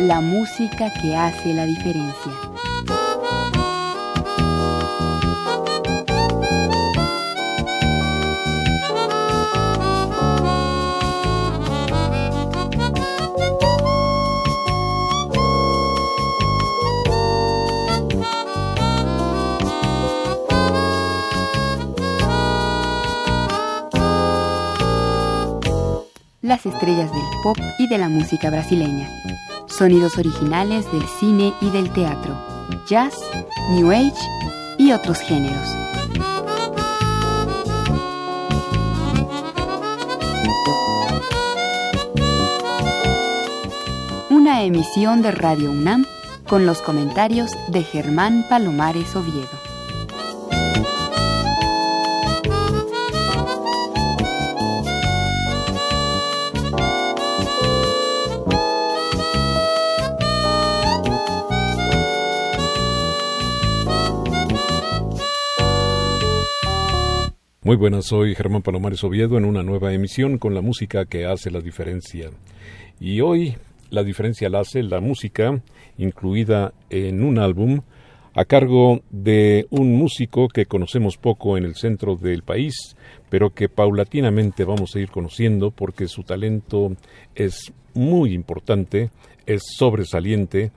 la música que hace la diferencia. Las estrellas del pop y de la música brasileña. Sonidos originales del cine y del teatro, jazz, new age y otros géneros. Una emisión de Radio UNAM con los comentarios de Germán Palomares Oviedo. Muy buenas, soy Germán Palomares Oviedo en una nueva emisión con la música que hace la diferencia. Y hoy la diferencia la hace la música incluida en un álbum a cargo de un músico que conocemos poco en el centro del país, pero que paulatinamente vamos a ir conociendo porque su talento es muy importante, es sobresaliente,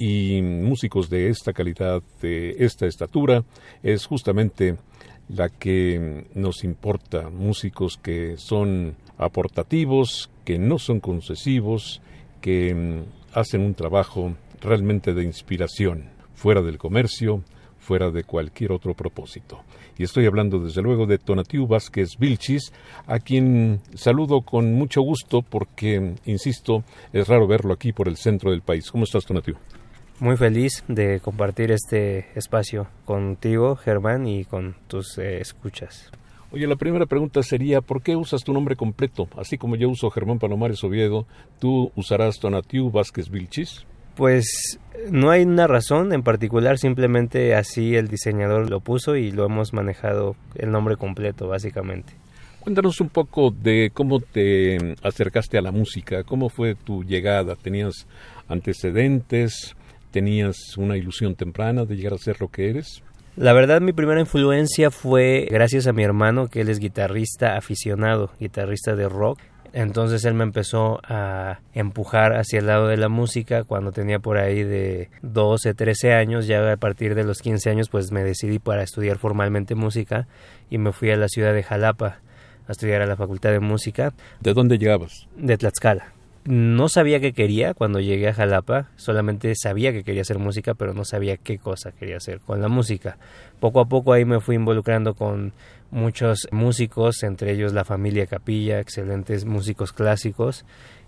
y músicos de esta calidad, de esta estatura, es justamente la que nos importa, músicos que son aportativos, que no son concesivos, que hacen un trabajo realmente de inspiración, fuera del comercio, fuera de cualquier otro propósito. Y estoy hablando desde luego de Tonatiuh Vázquez Vilchis, a quien saludo con mucho gusto porque, insisto, es raro verlo aquí por el centro del país. ¿Cómo estás, Tonatiuh? Muy feliz de compartir este espacio contigo, Germán, y con tus escuchas. Oye, la primera pregunta sería, ¿por qué usas tu nombre completo? Así como yo uso Germán Palomares Oviedo, ¿tú usarás Tonatiuh Vázquez Vilchis? Pues no hay una razón en particular, simplemente así el diseñador lo puso y lo hemos manejado el nombre completo, básicamente. Cuéntanos un poco de cómo te acercaste a la música, cómo fue tu llegada, ¿tenías antecedentes? ¿Tenías una ilusión temprana de llegar a ser lo que eres? La verdad, mi primera influencia fue gracias a mi hermano, que él es guitarrista aficionado, guitarrista de rock. Entonces él me empezó a empujar hacia el lado de la música cuando tenía por ahí de 12, 13 años. Ya a partir de los 15 años pues me decidí para estudiar formalmente música y me fui a la ciudad de Jalapa a estudiar a la Facultad de Música. ¿De dónde llegabas? De Tlaxcala. No sabía qué quería cuando llegué a Jalapa, solamente sabía que quería hacer música, pero no sabía qué cosa quería hacer con la música. Poco a poco ahí me fui involucrando con muchos músicos, entre ellos la familia Capilla, excelentes músicos clásicos,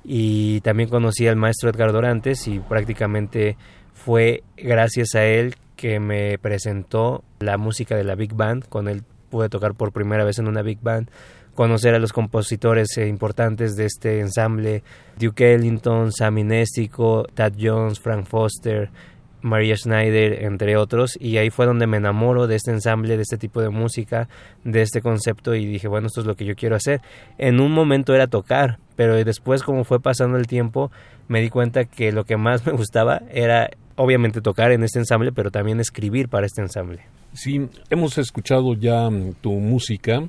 y también conocí al maestro Edgar Dorantes y prácticamente fue gracias a él que me presentó la música de la Big Band. Con él pude tocar por primera vez en una Big Band, conocer a los compositores importantes de este ensamble, Duke Ellington, Sammy Nestico, Thad Jones, Frank Foster, Maria Schneider, entre otros, y ahí fue donde me enamoro de este ensamble, de este tipo de música, de este concepto, y dije, bueno, esto es lo que yo quiero hacer. En un momento era tocar, pero después, como fue pasando el tiempo, me di cuenta que lo que más me gustaba era obviamente tocar en este ensamble, pero también escribir para este ensamble. Sí, hemos escuchado ya tu música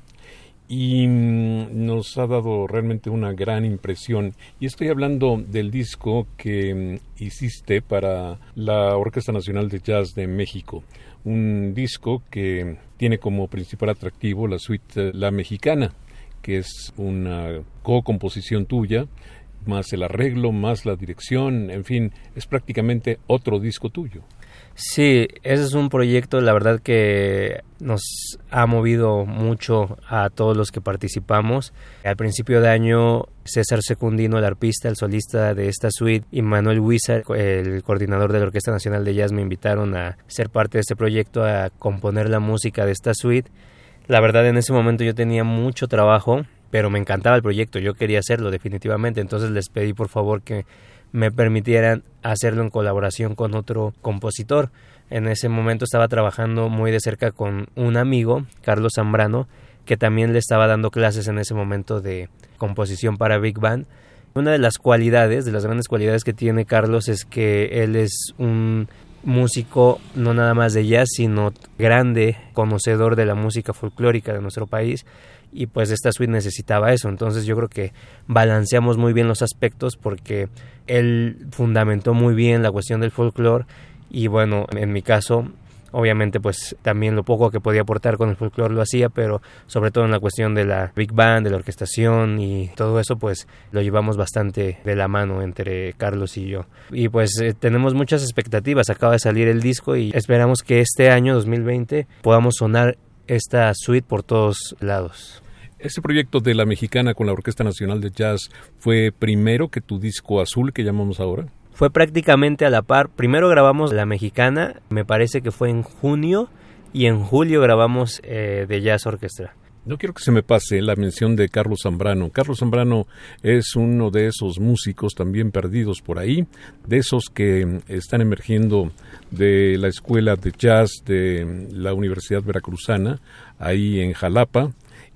y nos ha dado realmente una gran impresión, y estoy hablando del disco que hiciste para la Orquesta Nacional de Jazz de México, un disco que tiene como principal atractivo la suite La Mexicana, que es una co-composición tuya, más el arreglo, más la dirección, en fin, es prácticamente otro disco tuyo. Sí, ese es un proyecto, la verdad, que nos ha movido mucho a todos los que participamos. Al principio de año, César Secundino, el arpista, el solista de esta suite, y Manuel Huizar, el coordinador de la Orquesta Nacional de Jazz, me invitaron a ser parte de este proyecto, a componer la música de esta suite. La verdad, en ese momento yo tenía mucho trabajo, pero me encantaba el proyecto, yo quería hacerlo definitivamente, entonces les pedí por favor que me permitieran hacerlo en colaboración con otro compositor. En ese momento estaba trabajando muy de cerca con un amigo, Carlos Zambrano, que también le estaba dando clases en ese momento de composición para Big Band, Una de las cualidades, de las grandes cualidades que tiene Carlos es que él es un músico no nada más de jazz, sino grande conocedor de la música folclórica de nuestro país, y pues esta suite necesitaba eso. Entonces yo creo que balanceamos muy bien los aspectos porque él fundamentó muy bien la cuestión del folclore, y bueno, en mi caso obviamente pues también lo poco que podía aportar con el folclore lo hacía, pero sobre todo en la cuestión de la big band, de la orquestación y todo eso, pues lo llevamos bastante de la mano entre Carlos y yo. Y pues tenemos muchas expectativas, acaba de salir el disco y esperamos que este año 2020 podamos sonar esta suite por todos lados. ¿Ese proyecto de La Mexicana con la Orquesta Nacional de Jazz fue primero que tu disco azul que llamamos ahora? Fue prácticamente a la par. Primero grabamos La Mexicana, me parece que fue en junio, y en julio grabamos The Jazz Orchestra. No quiero que se me pase la mención de Carlos Zambrano. Carlos Zambrano es uno de esos músicos también perdidos por ahí, de esos que están emergiendo de la Escuela de Jazz de la Universidad Veracruzana, ahí en Jalapa,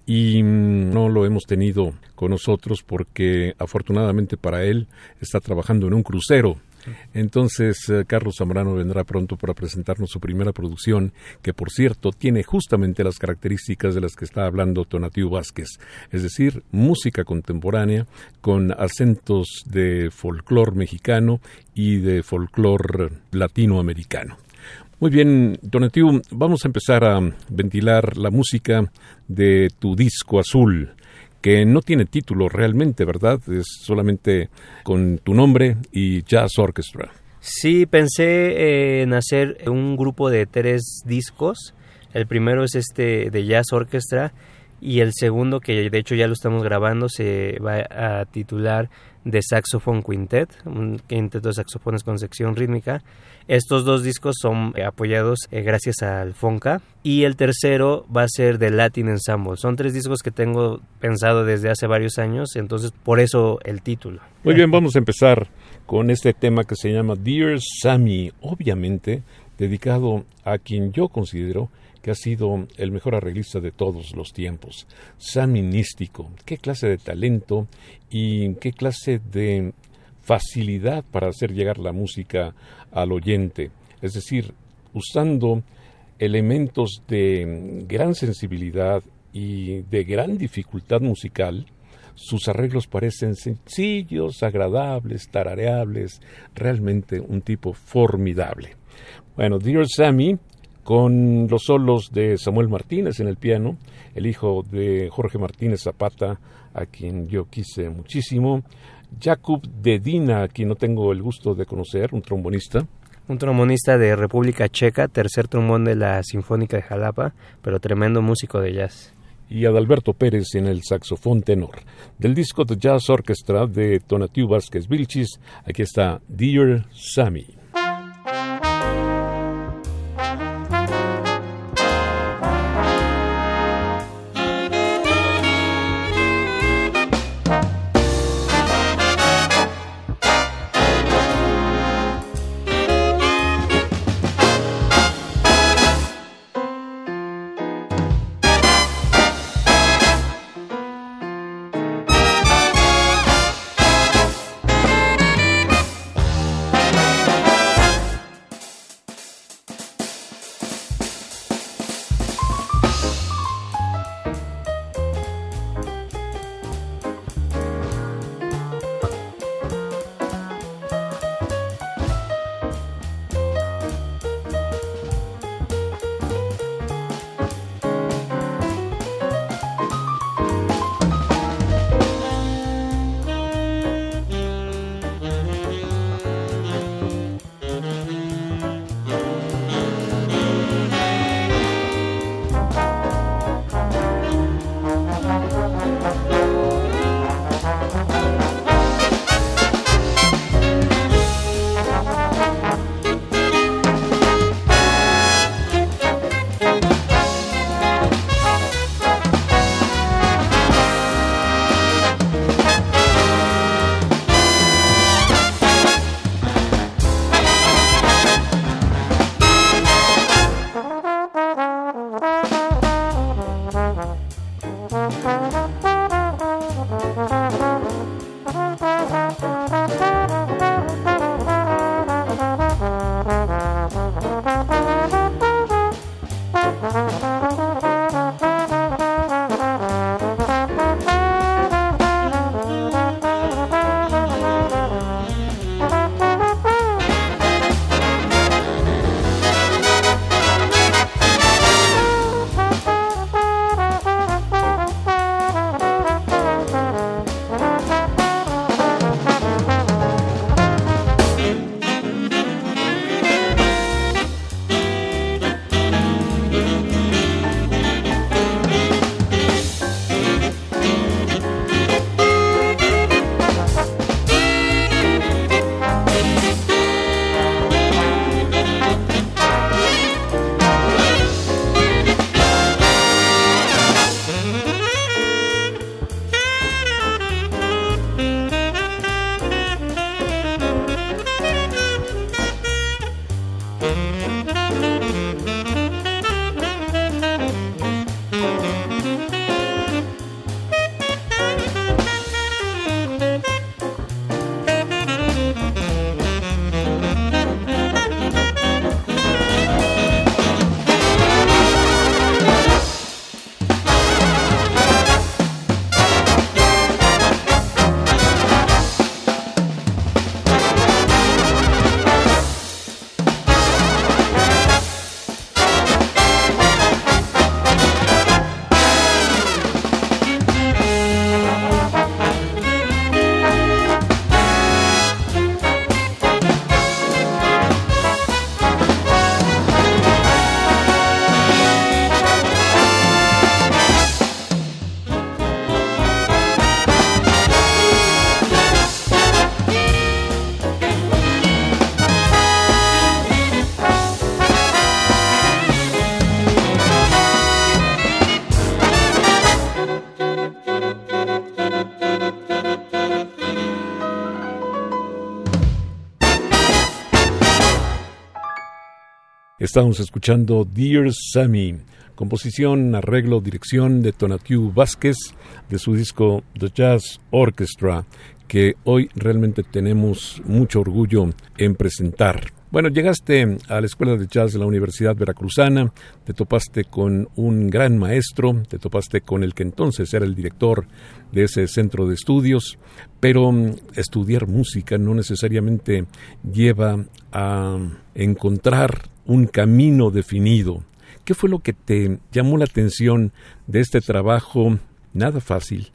y no lo hemos tenido con nosotros porque afortunadamente para él está trabajando en un crucero. Entonces Carlos Zambrano vendrá pronto para presentarnos su primera producción, que por cierto tiene justamente las características de las que está hablando Tonatiuh Vázquez, es decir, música contemporánea con acentos de folclore mexicano y de folclore latinoamericano. Muy bien, Tonatiuh, vamos a empezar a ventilar la música de tu disco azul, que no tiene título realmente, ¿verdad? Es solamente con tu nombre y Jazz Orchestra. Sí, pensé en hacer un grupo de 3 discos. El primero es de Jazz Orchestra, y el segundo, que de hecho ya lo estamos grabando, se va a titular The Saxophone Quintet, un quinteto de saxofones con sección rítmica. Estos 2 discos son apoyados gracias al FONCA, y el tercero va a ser The Latin Ensemble. Son 3 discos que tengo pensado desde hace varios años, entonces por eso el título. Muy bien, vamos a empezar con este tema que se llama Dear Sammy, obviamente dedicado a quien yo considero que ha sido el mejor arreglista de todos los tiempos, Sammy Nístico. Qué clase de talento y qué clase de facilidad para hacer llegar la música al oyente, es decir, usando elementos de gran sensibilidad y de gran dificultad musical. Sus arreglos parecen sencillos, agradables, tarareables, realmente un tipo formidable. Bueno, Dear Sammy, con los solos de Samuel Martínez en el piano, el hijo de Jorge Martínez Zapata, a quien yo quise muchísimo, Jakub Dedina, a quien no tengo el gusto de conocer, un trombonista. Un trombonista de República Checa, tercer trombón de la Sinfónica de Jalapa, pero tremendo músico de jazz. Y Adalberto Pérez en el saxofón tenor. Del disco The Jazz Orchestra de Tonatiuh Vázquez Vilchis, aquí está Dear Sammy. Estamos escuchando Dear Sammy, composición, arreglo, dirección de Tonatiuh Vázquez, de su disco The Jazz Orchestra, que hoy realmente tenemos mucho orgullo en presentar. Bueno, llegaste a la Escuela de Jazz de la Universidad Veracruzana, te topaste con un gran maestro, te topaste con el que entonces era el director de ese centro de estudios, pero estudiar música no necesariamente lleva a encontrar un camino definido. ¿Qué fue lo que te llamó la atención de este trabajo nada fácil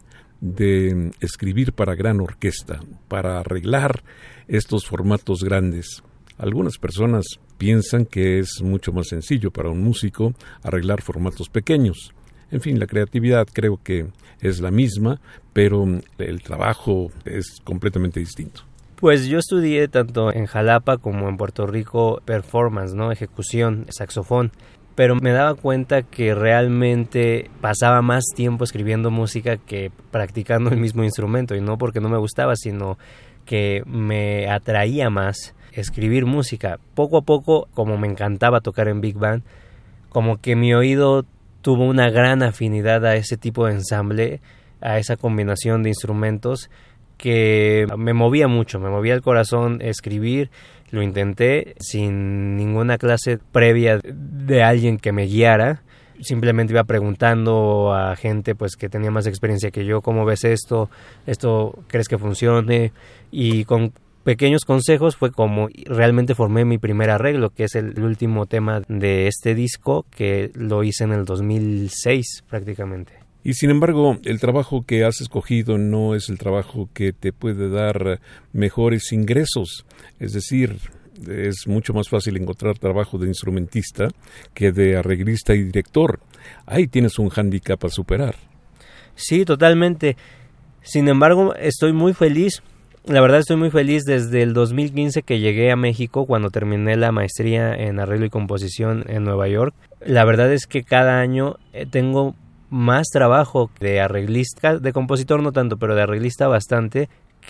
de escribir para gran orquesta, para arreglar estos formatos grandes? Algunas personas piensan que es mucho más sencillo para un músico arreglar formatos pequeños. En fin, la creatividad creo que es la misma, pero el trabajo es completamente distinto. Pues yo estudié tanto en Jalapa como en Puerto Rico performance, ¿no? Ejecución, saxofón. Pero me daba cuenta que realmente pasaba más tiempo escribiendo música que practicando el mismo instrumento, y no porque no me gustaba, sino que me atraía más escribir música. Poco a poco, como me encantaba tocar en Big Band, como que mi oído tuvo una gran afinidad a ese tipo de ensamble, a esa combinación de instrumentos que me movía mucho, me movía el corazón escribir. Lo intenté sin ninguna clase previa de alguien que me guiara. Simplemente iba preguntando a gente pues que tenía más experiencia que yo, ¿cómo ves esto? ¿Esto crees que funcione? Y con pequeños consejos fue como realmente formé mi primer arreglo, que es el último tema de este disco, que lo hice en el 2006 prácticamente. Y sin embargo, el trabajo que has escogido no es el trabajo que te puede dar mejores ingresos. Es decir, es mucho más fácil encontrar trabajo de instrumentista que de arreglista y director. Ahí tienes un hándicap a superar. Sí, totalmente. Sin embargo, estoy muy feliz. La verdad estoy muy feliz desde el 2015 que llegué a México, cuando terminé la maestría en arreglo y composición en Nueva York. La verdad es que cada año tengo más trabajo de arreglista, de compositor no tanto, pero de arreglista bastante,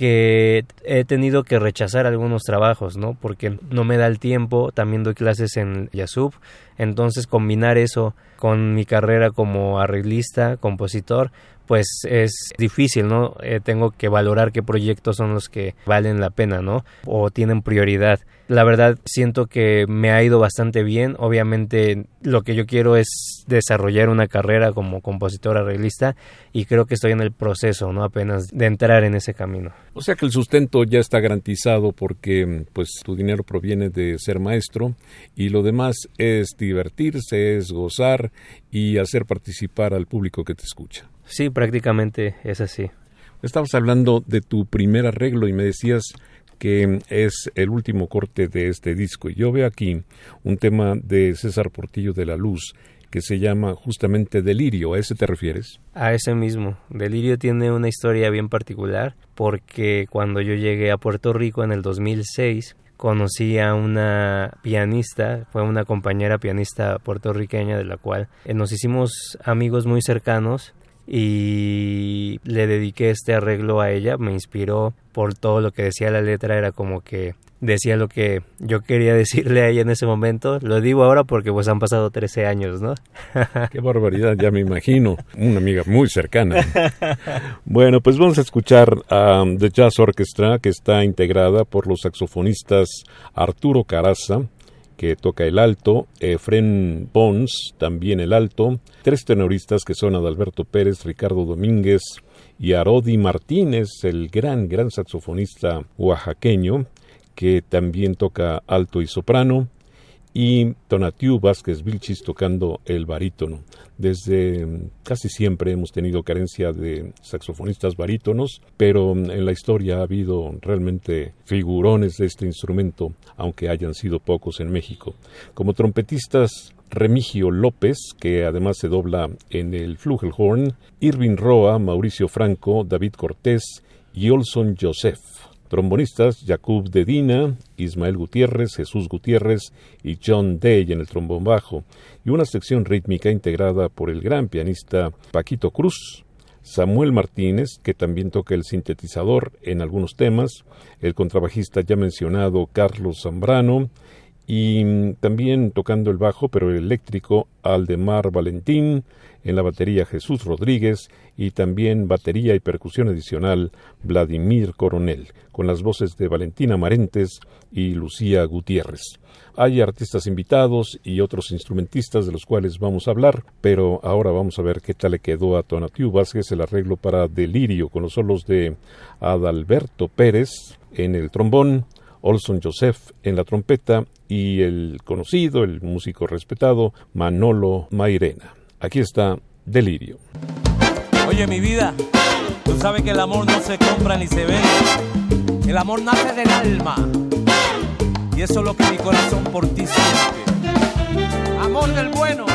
que he tenido que rechazar algunos trabajos, ¿no? Porque no me da el tiempo. También doy clases en YASUB, entonces combinar eso con mi carrera como arreglista, compositor, pues es difícil, ¿no? Tengo que valorar qué proyectos son los que valen la pena, ¿no? O tienen prioridad. La verdad, siento que me ha ido bastante bien. Obviamente, lo que yo quiero es desarrollar una carrera como compositor arreglista, y creo que estoy en el proceso, ¿no? Apenas de entrar en ese camino. O sea que el sustento ya está garantizado porque pues tu dinero proviene de ser maestro, y lo demás es divertirse, es gozar y hacer participar al público que te escucha. Sí, prácticamente es así. Estabas hablando de tu primer arreglo y me decías que es el último corte de este disco. Y yo veo aquí un tema de César Portillo de la Luz que se llama justamente Delirio. ¿A ese te refieres? A ese mismo. Delirio tiene una historia bien particular, porque cuando yo llegué a Puerto Rico en el 2006, conocí a una pianista, fue una compañera pianista puertorriqueña de la cual nos hicimos amigos muy cercanos, y le dediqué este arreglo a ella. Me inspiró por todo lo que decía la letra, era como que decía lo que yo quería decirle a ella en ese momento. Lo digo ahora porque pues han pasado 13 años, ¿no? Qué barbaridad, ya me imagino, una amiga muy cercana. Bueno, pues vamos a escuchar a The Jazz Orchestra, que está integrada por los saxofonistas Arturo Caraza, que toca el alto, Efrén Pons, también el alto, tres tenoristas que son Adalberto Pérez, Ricardo Domínguez y Arodi Martínez, el gran saxofonista oaxaqueño, que también toca alto y soprano, y Tonatiuh Vázquez Vilchis tocando el barítono. Desde casi siempre hemos tenido carencia de saxofonistas barítonos, pero en la historia ha habido realmente figurones de este instrumento, aunque hayan sido pocos en México. Como trompetistas, Remigio López, que además se dobla en el flugelhorn, Irving Roa, Mauricio Franco, David Cortés y Olson Joseph. Trombonistas, Jakub Dedina, Ismael Gutiérrez, Jesús Gutiérrez y John Day en el trombón bajo, y una sección rítmica integrada por el gran pianista Paquito Cruz, Samuel Martínez, que también toca el sintetizador en algunos temas, el contrabajista ya mencionado Carlos Zambrano, y también tocando el bajo, pero el eléctrico, Aldemar Valentín, en la batería Jesús Rodríguez y también batería y percusión adicional Vladimir Coronel, con las voces de Valentina Marentes y Lucía Gutiérrez. Hay artistas invitados y otros instrumentistas de los cuales vamos a hablar, pero ahora vamos a ver qué tal le quedó a Tonatiuh Vázquez el arreglo para Delirio, con los solos de Adalberto Pérez en el trombón, Olson Joseph en la trompeta y el conocido, el músico respetado, Manolo Mairena. Aquí está Delirio. Oye, mi vida, tú sabes que el amor no se compra ni se vende. El amor nace del alma. Y eso es lo que mi corazón por ti siente. Amor del bueno.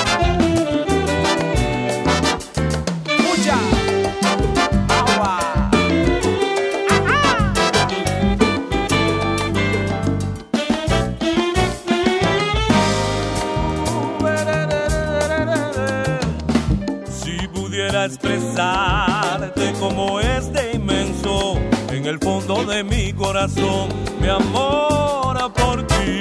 Escucha. Agua. Si pudiera expresarte como es de inmenso en el fondo de mi corazón, mi amor por ti,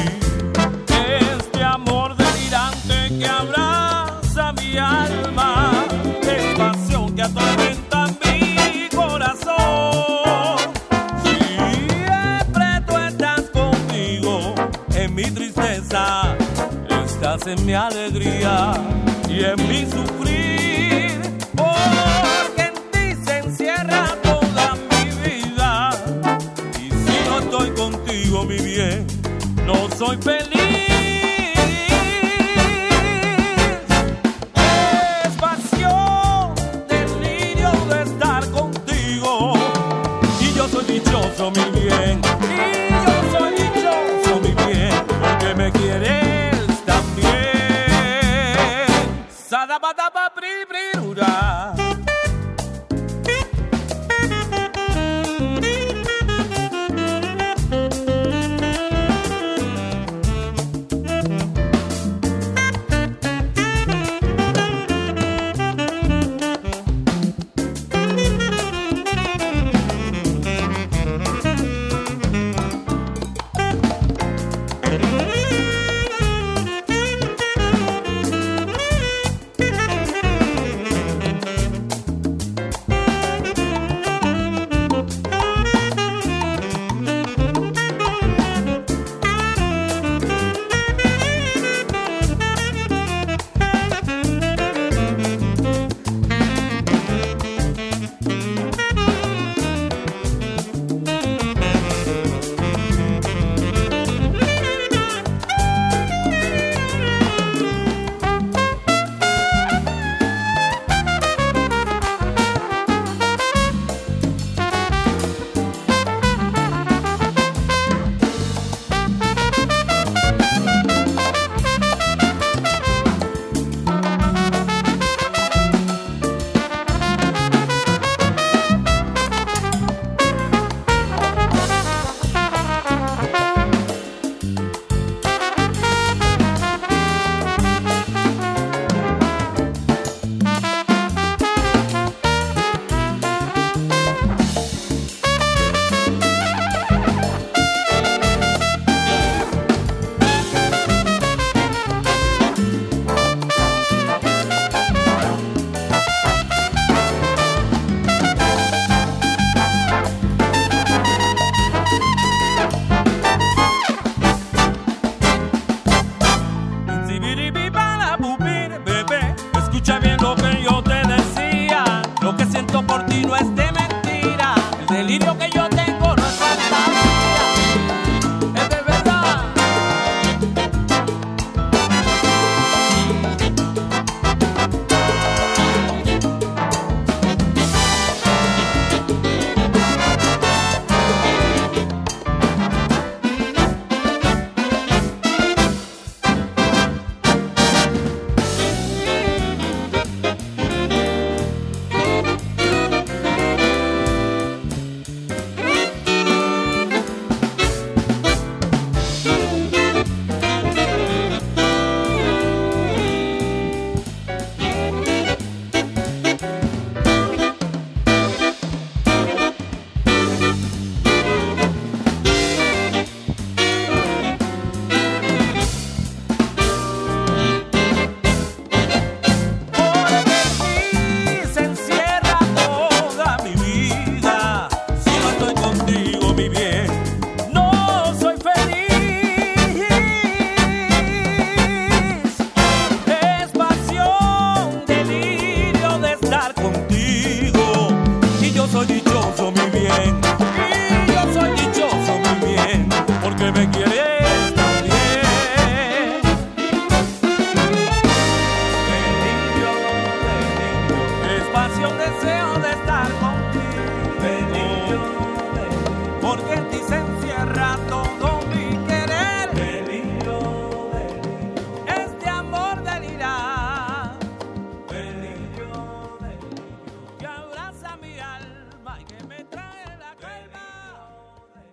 este amor delirante que abraza mi alma, es pasión que atormenta mi corazón. Siempre tú estás conmigo, en mi tristeza, estás en mi alegría y en mi sufrir, porque en ti se encierra toda mi vida, y si no estoy contigo, mi bien, no soy feliz. Es pasión, delirio de estar contigo, y yo soy dichoso, mi bien, y yo soy dichoso, mi bien, porque me quieres también. Sadabadaba brirura.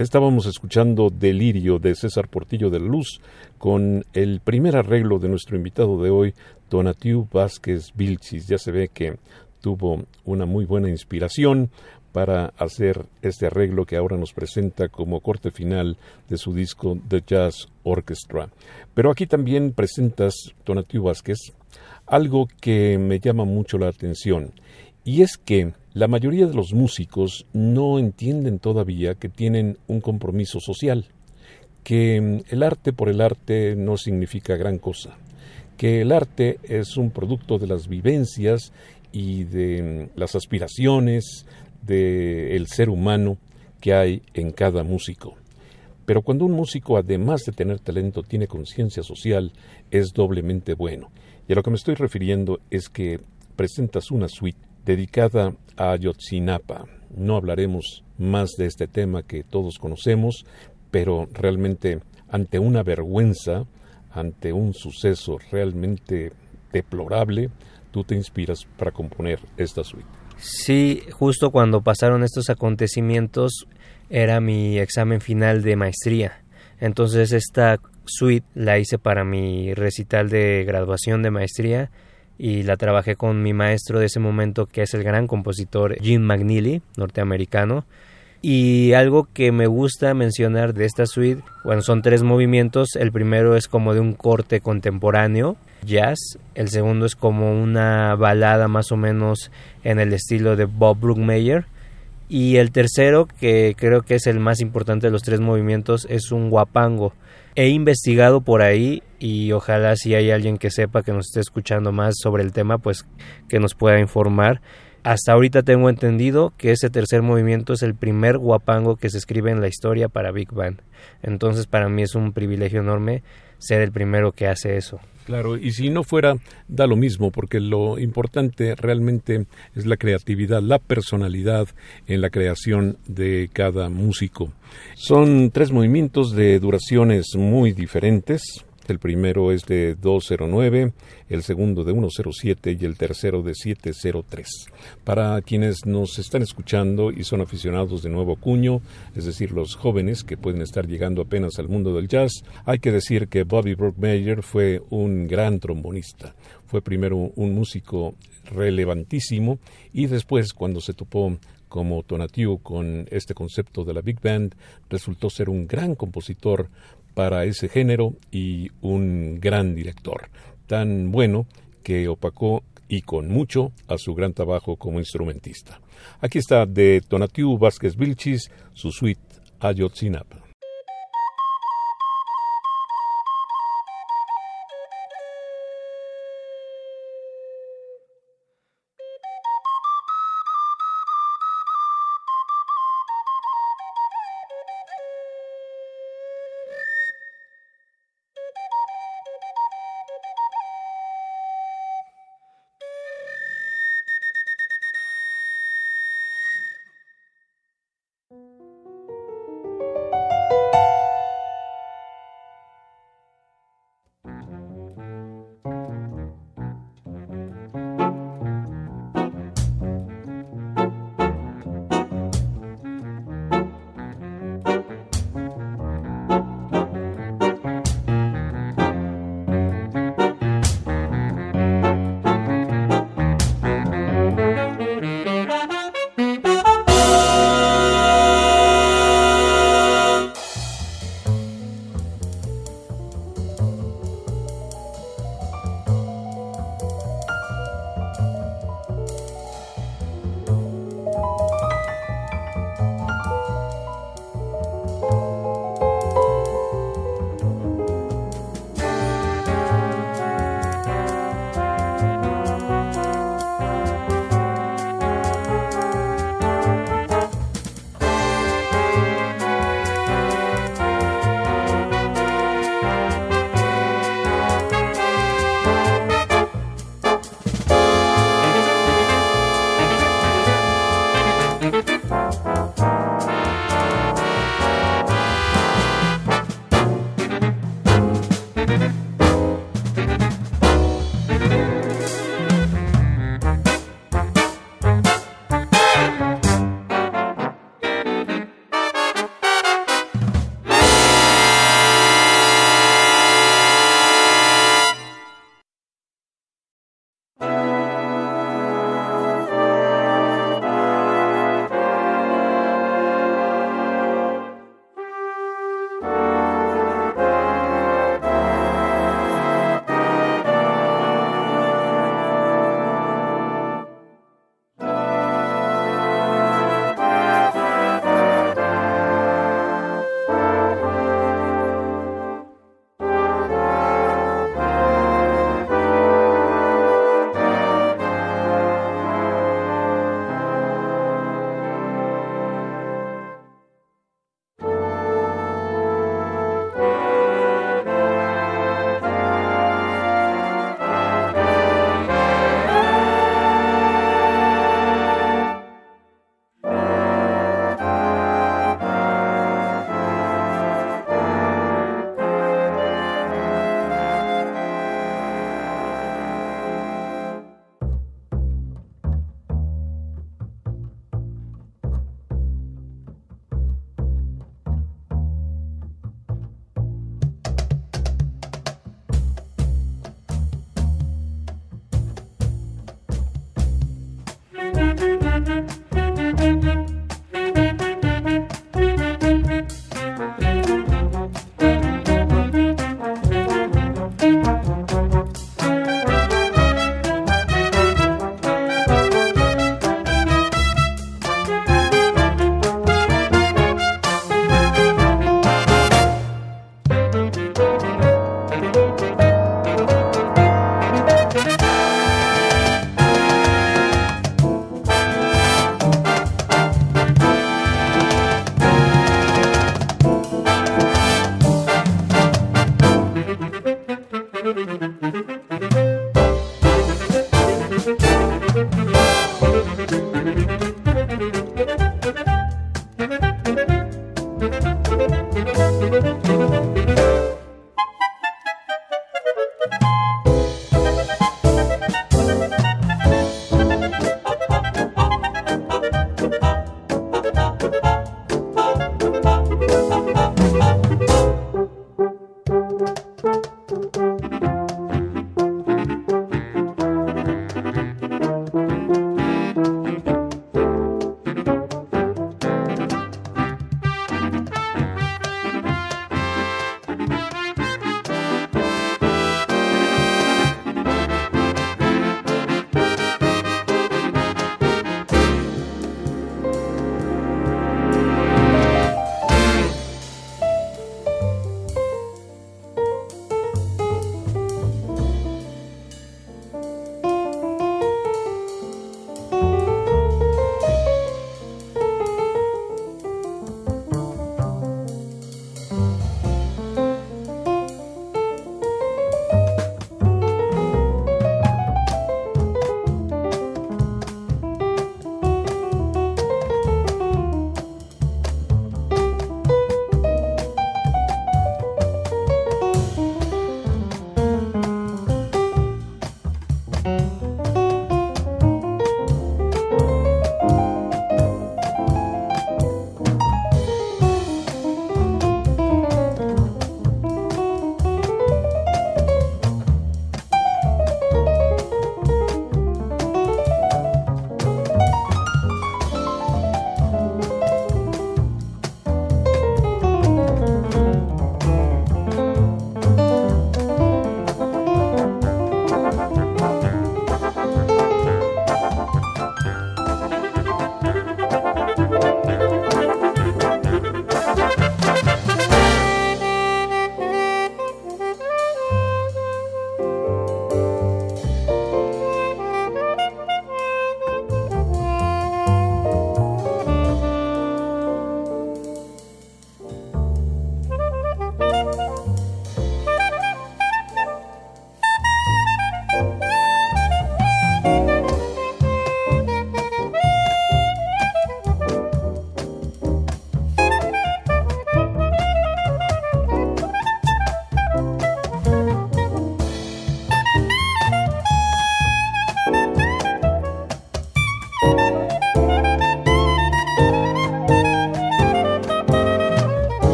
Estábamos escuchando Delirio de César Portillo de la Luz con el primer arreglo de nuestro invitado de hoy, Tonatiuh Vázquez Vilchis. Ya se ve que tuvo una muy buena inspiración para hacer este arreglo que ahora nos presenta como corte final de su disco The Jazz Orchestra. Pero aquí también presentas, Tonatiuh Vázquez, algo que me llama mucho la atención, y es que la mayoría de los músicos no entienden todavía que tienen un compromiso social, que el arte por el arte no significa gran cosa, que el arte es un producto de las vivencias y de las aspiraciones del ser humano que hay en cada músico. Pero cuando un músico, además de tener talento, tiene conciencia social, es doblemente bueno. Y a lo que me estoy refiriendo es que presentas una suite dedicada a Ayotzinapa. No hablaremos más de este tema que todos conocemos, pero realmente ante una vergüenza, ante un suceso realmente deplorable, tú te inspiras para componer esta suite. Sí, justo cuando pasaron estos acontecimientos era mi examen final de maestría. Entonces esta suite la hice para mi recital de graduación de maestría y la trabajé con mi maestro de ese momento, que es el gran compositor Gene McNeely, norteamericano. Y algo que me gusta mencionar de esta suite, bueno, son 3 movimientos. El primero es como de un corte contemporáneo, jazz. El segundo es como una balada más o menos en el estilo de Bob Brookmeyer. Y el tercero, que creo que es el más importante de los 3 movimientos, es un huapango. He investigado por ahí y ojalá si hay alguien que sepa, que nos esté escuchando más sobre el tema, pues que nos pueda informar. Hasta ahorita tengo entendido que ese tercer movimiento es el primer huapango que se escribe en la historia para Big Band. Entonces para mí es un privilegio enorme ser el primero que hace eso. Claro, y si no fuera, da lo mismo, porque lo importante realmente es la creatividad, la personalidad en la creación de cada músico. Son 3 movimientos de duraciones muy diferentes. El primero es de 2:09, el segundo de 1:07 y el tercero de 7:03. Para quienes nos están escuchando y son aficionados de nuevo cuño, es decir, los jóvenes que pueden estar llegando apenas al mundo del jazz, hay que decir que Bobby Brookmeyer fue un gran trombonista. Fue primero un músico relevantísimo y después, cuando se topó como Tonatiuh con este concepto de la Big Band, resultó ser un gran compositor para ese género y un gran director, tan bueno que opacó y con mucho a su gran trabajo como instrumentista. Aquí está de Tonatiuh Vázquez Vilchis, su suite Ayotzinapa.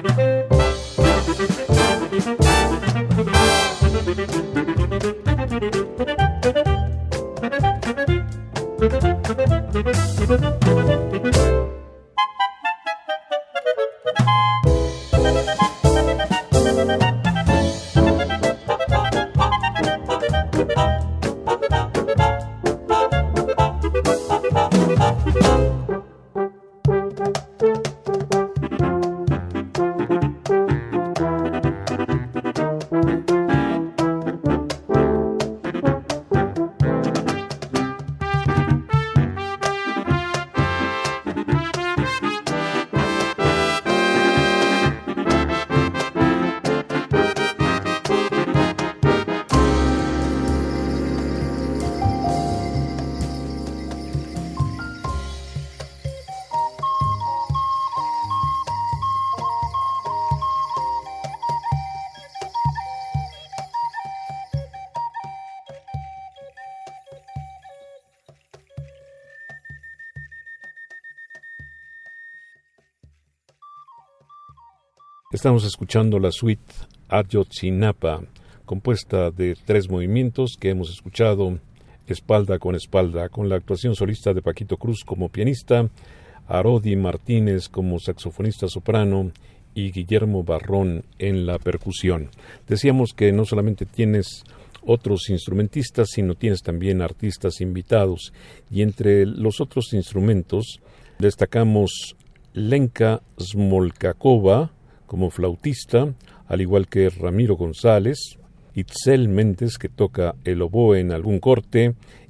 Estamos escuchando la suite Ayotzinapa, compuesta de 3 movimientos que hemos escuchado espalda, con la actuación solista de Paquito Cruz como pianista, Arodi Martínez como saxofonista soprano y Guillermo Barrón en la percusión. Decíamos que no solamente tienes otros instrumentistas, sino tienes también artistas invitados, y entre los otros instrumentos destacamos Lenka Smolkakova como flautista, al igual que Ramiro González, Itzel Méndez, que toca el oboe en algún corte,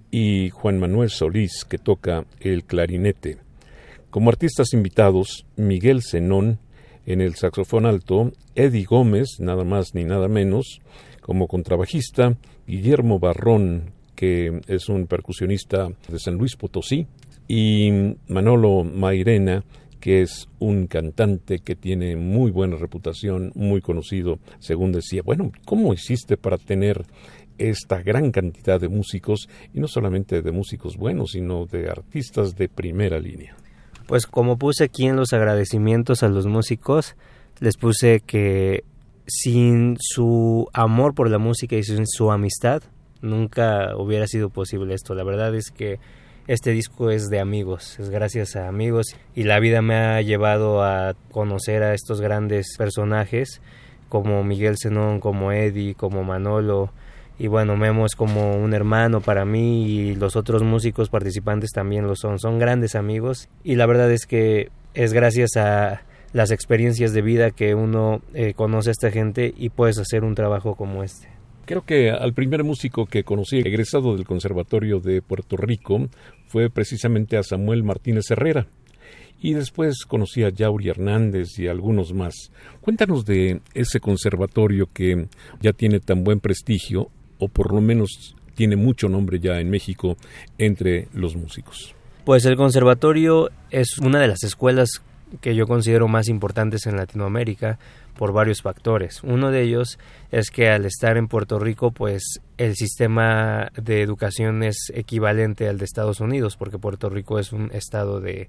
y Juan Manuel Solís, que toca el clarinete. Como artistas invitados, Miguel Zenón en el saxofón alto, Eddie Gómez, nada más ni nada menos, como contrabajista, Guillermo Barrón, que es un percusionista de San Luis Potosí, y Manolo Mairena, que es un cantante que tiene muy buena reputación, muy conocido, según decía. Bueno, ¿cómo hiciste para tener esta gran cantidad de músicos, y no solamente de músicos buenos, sino de artistas de primera línea? Pues como puse aquí en los agradecimientos a los músicos, les puse que sin su amor por la música y sin su amistad, nunca hubiera sido posible esto. La verdad es que este disco es de amigos, es gracias a amigos, y la vida me ha llevado a conocer a estos grandes personajes como Miguel Zenón, como Eddie, como Manolo, y bueno, Memo es como un hermano para mí, y los otros músicos participantes también lo son grandes amigos, y la verdad es que es gracias a las experiencias de vida que uno conoce a esta gente y puedes hacer un trabajo como este. Creo que al primer músico que conocí, egresado del Conservatorio de Puerto Rico, fue precisamente a Samuel Martínez Herrera. Y después conocí a Yauri Hernández y a algunos más. Cuéntanos de ese conservatorio que ya tiene tan buen prestigio, o por lo menos tiene mucho nombre ya en México entre los músicos. Pues el conservatorio es una de las escuelas que yo considero más importantes en Latinoamérica por varios factores. Uno de ellos es que al estar en Puerto Rico, pues el sistema de educación es equivalente al de Estados Unidos, porque Puerto Rico es un estado de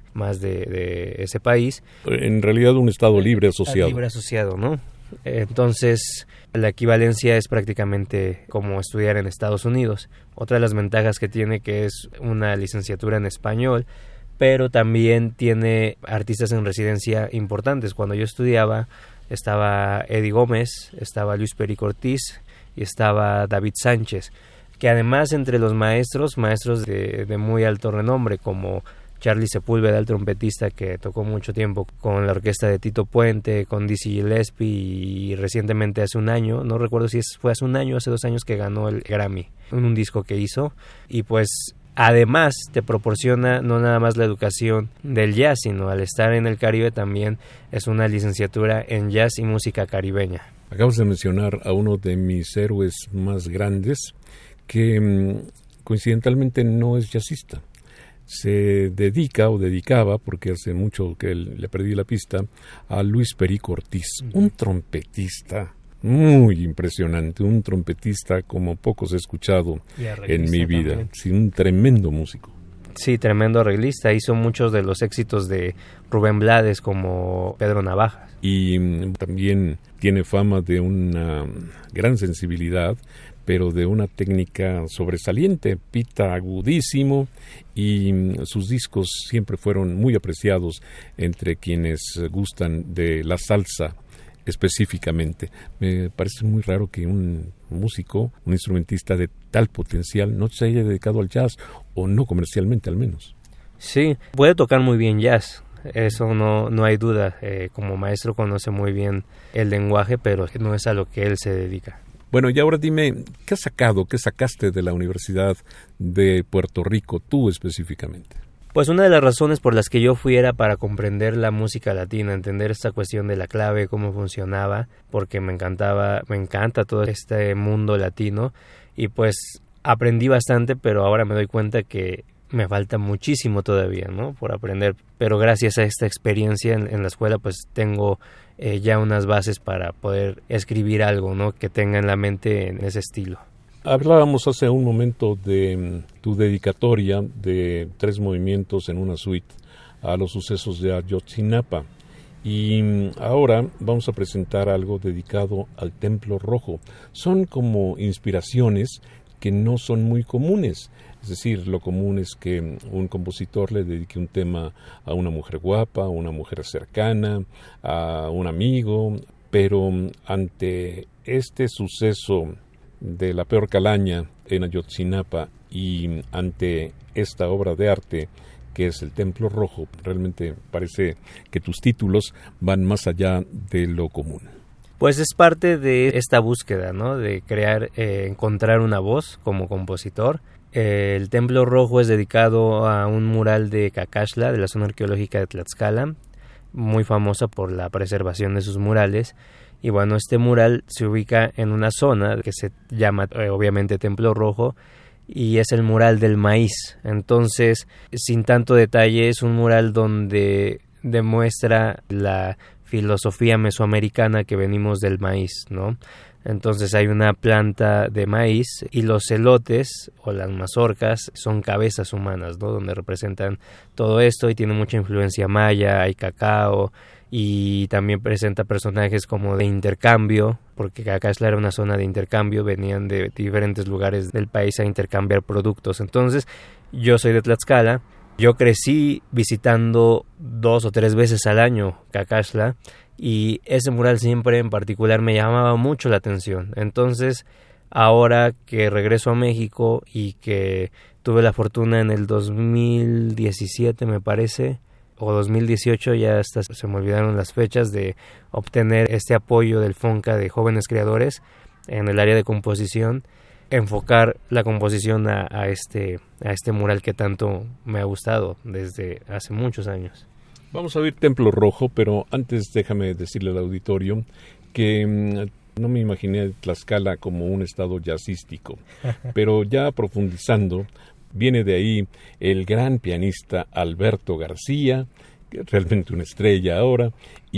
ese país. En realidad un estado libre asociado. Libre asociado, ¿no? Entonces la equivalencia es prácticamente como estudiar en Estados Unidos. Otra de las ventajas que tiene, que es una licenciatura en español, pero también tiene artistas en residencia importantes. Cuando yo estudiaba estaba Eddie Gómez, estaba Luis Perico Ortiz y estaba David Sánchez, que además entre los maestros de muy alto renombre, como Charlie Sepúlveda, el trompetista que tocó mucho tiempo con la orquesta de Tito Puente, con Dizzy Gillespie, y recientemente hace un año, no recuerdo si fue hace un año o hace 2 años, que ganó el Grammy en un disco que hizo. Y pues además te proporciona no nada más la educación del jazz, sino al estar en el Caribe también es una licenciatura en jazz y música caribeña. Acabas de mencionar a uno de mis héroes más grandes, que coincidentalmente no es jazzista. Se dedicaba, porque hace mucho que le perdí la pista, a Luis Perico Ortiz, un trompetista muy impresionante, un trompetista como pocos he escuchado en mi vida. Sí, un tremendo músico. Sí, tremendo arreglista. Hizo muchos de los éxitos de Rubén Blades como Pedro Navajas. Y también tiene fama de una gran sensibilidad, pero de una técnica sobresaliente, pita agudísimo, y sus discos siempre fueron muy apreciados entre quienes gustan de la salsa específicamente. Me parece muy raro que un músico, un instrumentista de tal potencial no se haya dedicado al jazz, o no comercialmente al menos. Sí, puede tocar muy bien jazz, eso no hay duda. Como maestro conoce muy bien el lenguaje, pero no es a lo que él se dedica. Bueno, y ahora dime, ¿qué sacaste de la Universidad de Puerto Rico, tú específicamente? Pues una de las razones por las que yo fui era para comprender la música latina, entender esta cuestión de la clave, cómo funcionaba, porque me encanta todo este mundo latino, y pues aprendí bastante, pero ahora me doy cuenta que me falta muchísimo todavía, ¿no?, por aprender, pero gracias a esta experiencia en la escuela pues tengo ya unas bases para poder escribir algo, ¿no?, que tenga en la mente en ese estilo. Hablábamos hace un momento de tu dedicatoria de 3 movimientos en una suite a los sucesos de Ayotzinapa, y ahora vamos a presentar algo dedicado al Templo Rojo. Son como inspiraciones que no son muy comunes, es decir, lo común es que un compositor le dedique un tema a una mujer guapa, a una mujer cercana, a un amigo, pero ante este suceso de la peor calaña en Ayotzinapa y ante esta obra de arte que es el Templo Rojo, realmente parece que tus títulos van más allá de lo común. Pues es parte de esta búsqueda, ¿no?, de crear, encontrar una voz como compositor. El Templo Rojo es dedicado a un mural de Cacaxtla, de la zona arqueológica de Tlaxcala, muy famosa por la preservación de sus murales. Y bueno, este mural se ubica en una zona que se llama obviamente Templo Rojo, y es el mural del maíz. Entonces, sin tanto detalle, es un mural donde demuestra la filosofía mesoamericana que venimos del maíz, ¿no? Entonces hay una planta de maíz y los elotes o las mazorcas son cabezas humanas, ¿no?, donde representan todo esto, y tiene mucha influencia maya, hay cacao, y también presenta personajes como de intercambio, porque Cacaxtla era una zona de intercambio, venían de diferentes lugares del país a intercambiar productos. Entonces, yo soy de Tlaxcala, yo crecí visitando 2 o 3 veces al año Cacaxtla, y ese mural siempre en particular me llamaba mucho la atención. Entonces, ahora que regreso a México y que tuve la fortuna en el 2017, me parece, o 2018, ya hasta se me olvidaron las fechas, de obtener este apoyo del FONCA de jóvenes creadores en el área de composición, enfocar la composición a este mural que tanto me ha gustado desde hace muchos años. Vamos a ver Templo Rojo, pero antes déjame decirle al auditorio que no me imaginé Tlaxcala como un estado jazzístico, pero ya profundizando, viene de ahí el gran pianista Alberto García, realmente una estrella ahora,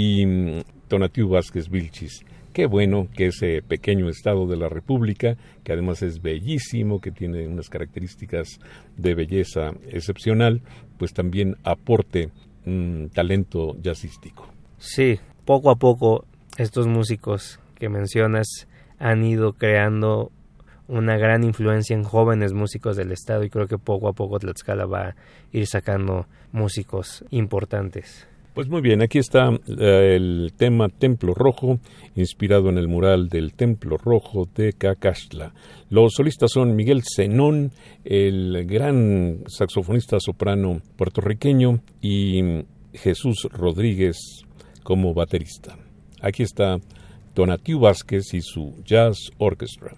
y Tonatiuh Vázquez Vilchis. Qué bueno que ese pequeño estado de la República, que además es bellísimo, que tiene unas características de belleza excepcional, pues también aporte un talento jazzístico. Sí, poco a poco estos músicos que mencionas han ido creando una gran influencia en jóvenes músicos del estado, y creo que poco a poco Tlaxcala va a ir sacando músicos importantes. Pues muy bien, aquí está el tema Templo Rojo, inspirado en el mural del Templo Rojo de Cacaxtla. Los solistas son Miguel Zenón, el gran saxofonista soprano puertorriqueño, y Jesús Rodríguez como baterista. Aquí está Tonatiuh Vázquez y su Jazz Orchestra.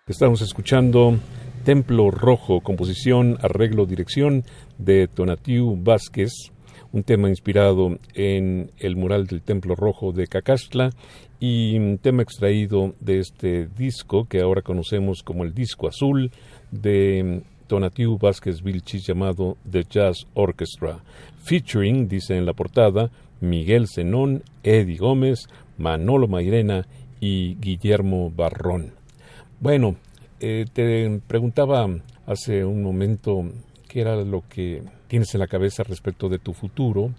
Estamos escuchando Templo Rojo, composición, arreglo, dirección de Tonatiuh Vázquez, un tema inspirado en el mural del Templo Rojo de Cacaxtla y un tema extraído de este disco que ahora conocemos como el disco azul de Tonatiuh Vázquez Vilchis, llamado The Jazz Orchestra, featuring, dice en la portada, Miguel Zenón, Eddie Gómez, Manolo Mairena y Guillermo Barrón. Bueno, te preguntaba hace un momento qué era lo que tienes en la cabeza respecto de tu futuro,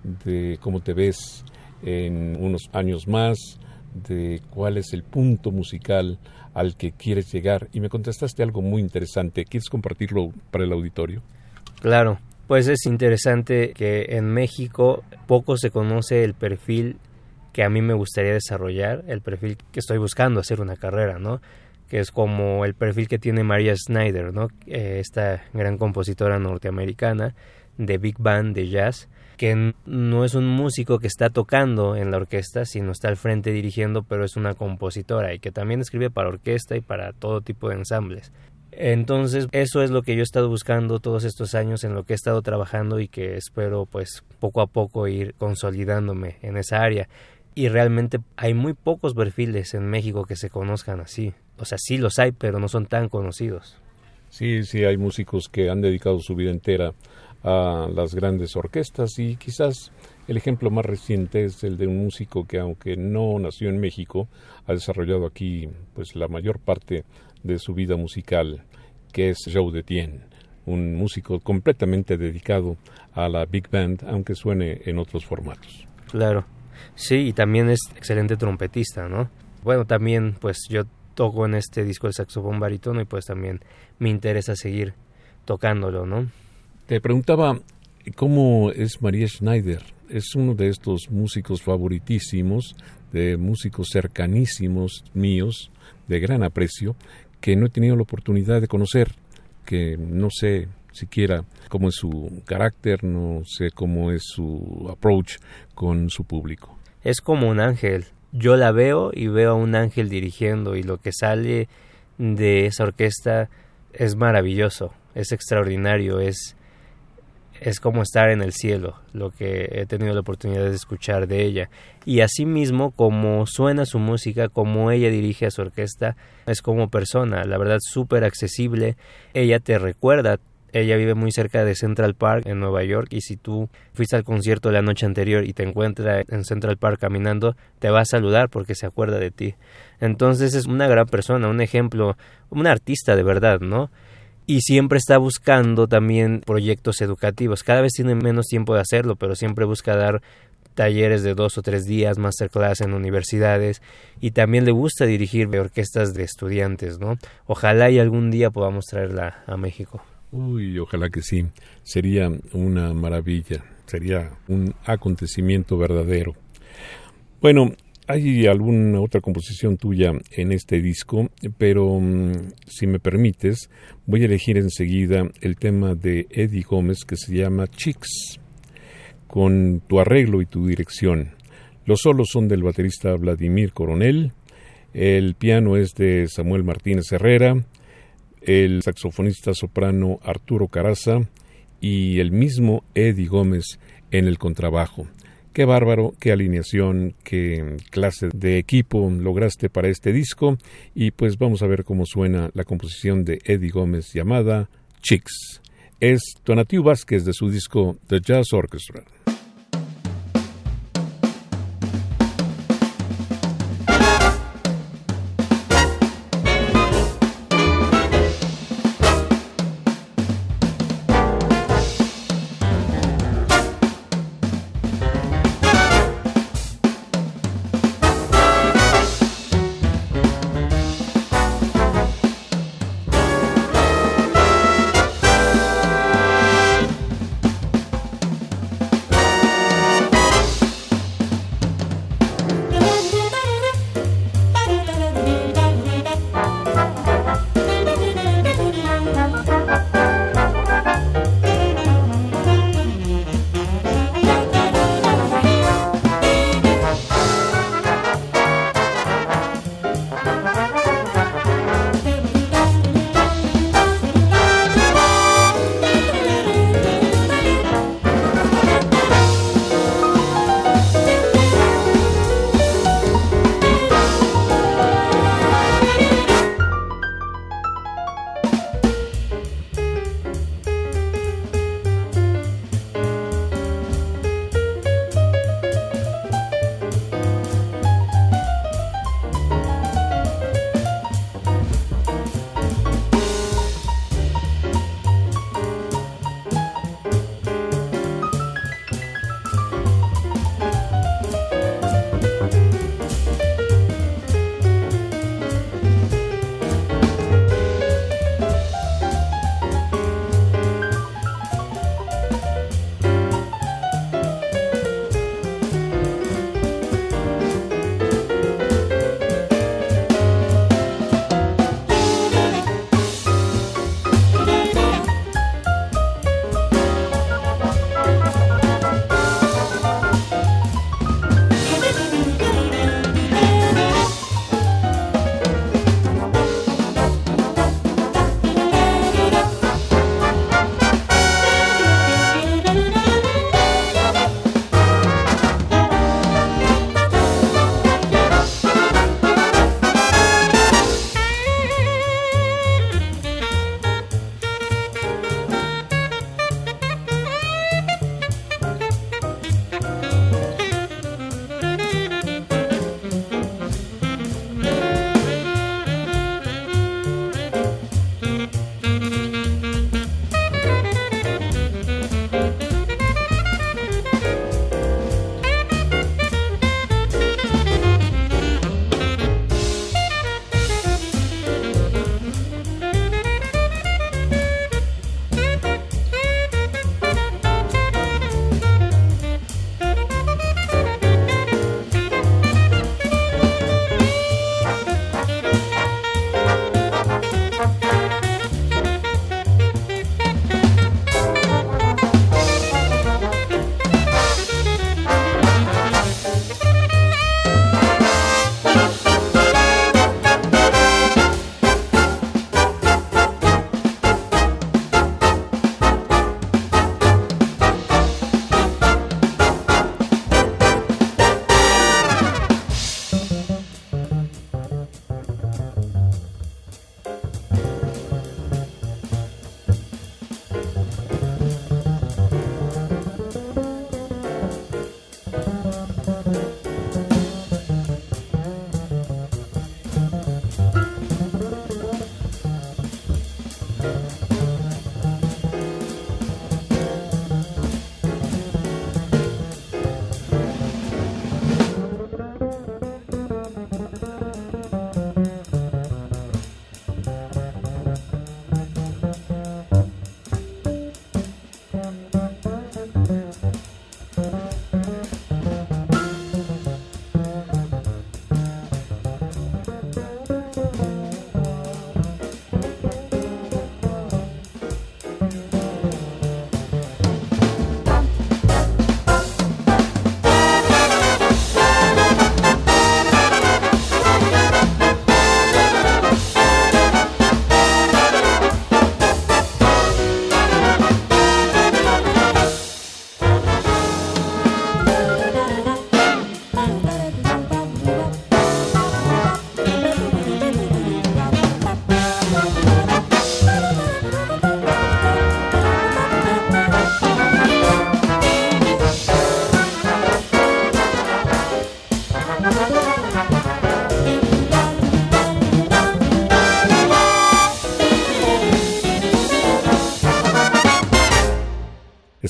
de cómo te ves en unos años más, de cuál es el punto musical al que quieres llegar, y me contestaste algo muy interesante. ¿Quieres compartirlo para el auditorio? Claro, pues es interesante que en México poco se conoce el perfil que a mí me gustaría desarrollar, el perfil que estoy buscando hacer una carrera, ¿no? Que es como el perfil que tiene Maria Schneider, ¿no? Esta gran compositora norteamericana de big band, de jazz, que no es un músico que está tocando en la orquesta, sino está al frente dirigiendo, pero es una compositora y que también escribe para orquesta y para todo tipo de ensambles. Entonces, eso es lo que yo he estado buscando todos estos años, en lo que he estado trabajando y que espero, pues, poco a poco ir consolidándome en esa área. Y realmente hay muy pocos perfiles en México que se conozcan así. O sea, sí los hay, pero no son tan conocidos. Sí, hay músicos que han dedicado su vida entera a las grandes orquestas, y quizás el ejemplo más reciente es el de un músico que, aunque no nació en México, ha desarrollado aquí pues la mayor parte de su vida musical, que es Joe Detien, un músico completamente dedicado a la big band, aunque suene en otros formatos. Claro, sí, y también es excelente trompetista, ¿no? Bueno, también pues yo toco en este disco el saxofón barítono y pues también me interesa seguir tocándolo, ¿no? Te preguntaba cómo es Maria Schneider. Es uno de estos músicos favoritísimos, de músicos cercanísimos míos, de gran aprecio, que no he tenido la oportunidad de conocer, que no sé siquiera cómo es su carácter, no sé cómo es su approach con su público. Es como un ángel. Yo la veo y veo a un ángel dirigiendo, y lo que sale de esa orquesta es maravilloso, es extraordinario, es como estar en el cielo, lo que he tenido la oportunidad de escuchar de ella. Y asimismo, como suena su música, como ella dirige a su orquesta, es como persona, la verdad, súper accesible. Ella te recuerda. Ella vive muy cerca de Central Park en Nueva York, y si tú fuiste al concierto la noche anterior y te encuentra en Central Park caminando, te va a saludar porque se acuerda de ti. Entonces es una gran persona, un ejemplo, un artista de verdad, ¿no? Y siempre está buscando también proyectos educativos. Cada vez tiene menos tiempo de hacerlo, pero siempre busca dar talleres de 2 o 3 días, masterclass en universidades, y también le gusta dirigir orquestas de estudiantes, ¿no? Ojalá y algún día podamos traerla a México. Uy, ojalá que sí. Sería una maravilla, sería un acontecimiento verdadero. Bueno, hay alguna otra composición tuya en este disco, pero si me permites, voy a elegir enseguida el tema de Eddie Gómez que se llama Chicks, con tu arreglo y tu dirección. Los solos son del baterista Vladimir Coronel, el piano es de Samuel Martínez Herrera, el saxofonista soprano Arturo Caraza y el mismo Eddie Gómez en el contrabajo. Qué bárbaro, qué alineación, qué clase de equipo lograste para este disco, y pues vamos a ver cómo suena la composición de Eddie Gómez llamada Chicks. Es Tonatiuh Vázquez de su disco The Jazz Orchestra.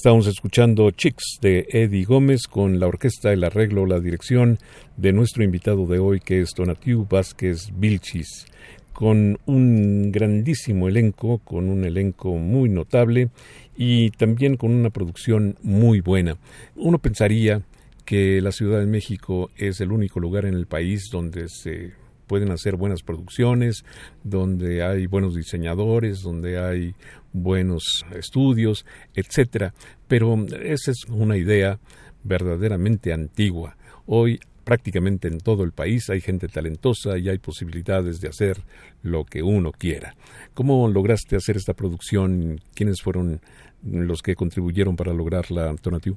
Estábamos escuchando Chicks de Eddie Gómez con la orquesta, el arreglo, la dirección de nuestro invitado de hoy, que es Tonatiuh Vázquez Vilchis, con un grandísimo elenco, con un elenco muy notable y también con una producción muy buena. Uno pensaría que la Ciudad de México es el único lugar en el país donde se pueden hacer buenas producciones, donde hay buenos diseñadores, donde hay buenos estudios, etcétera. Pero esa es una idea verdaderamente antigua. Hoy prácticamente en todo el país hay gente talentosa y hay posibilidades de hacer lo que uno quiera. ¿Cómo lograste hacer esta producción? ¿Quiénes fueron los que contribuyeron para lograrla, Tonatiuh?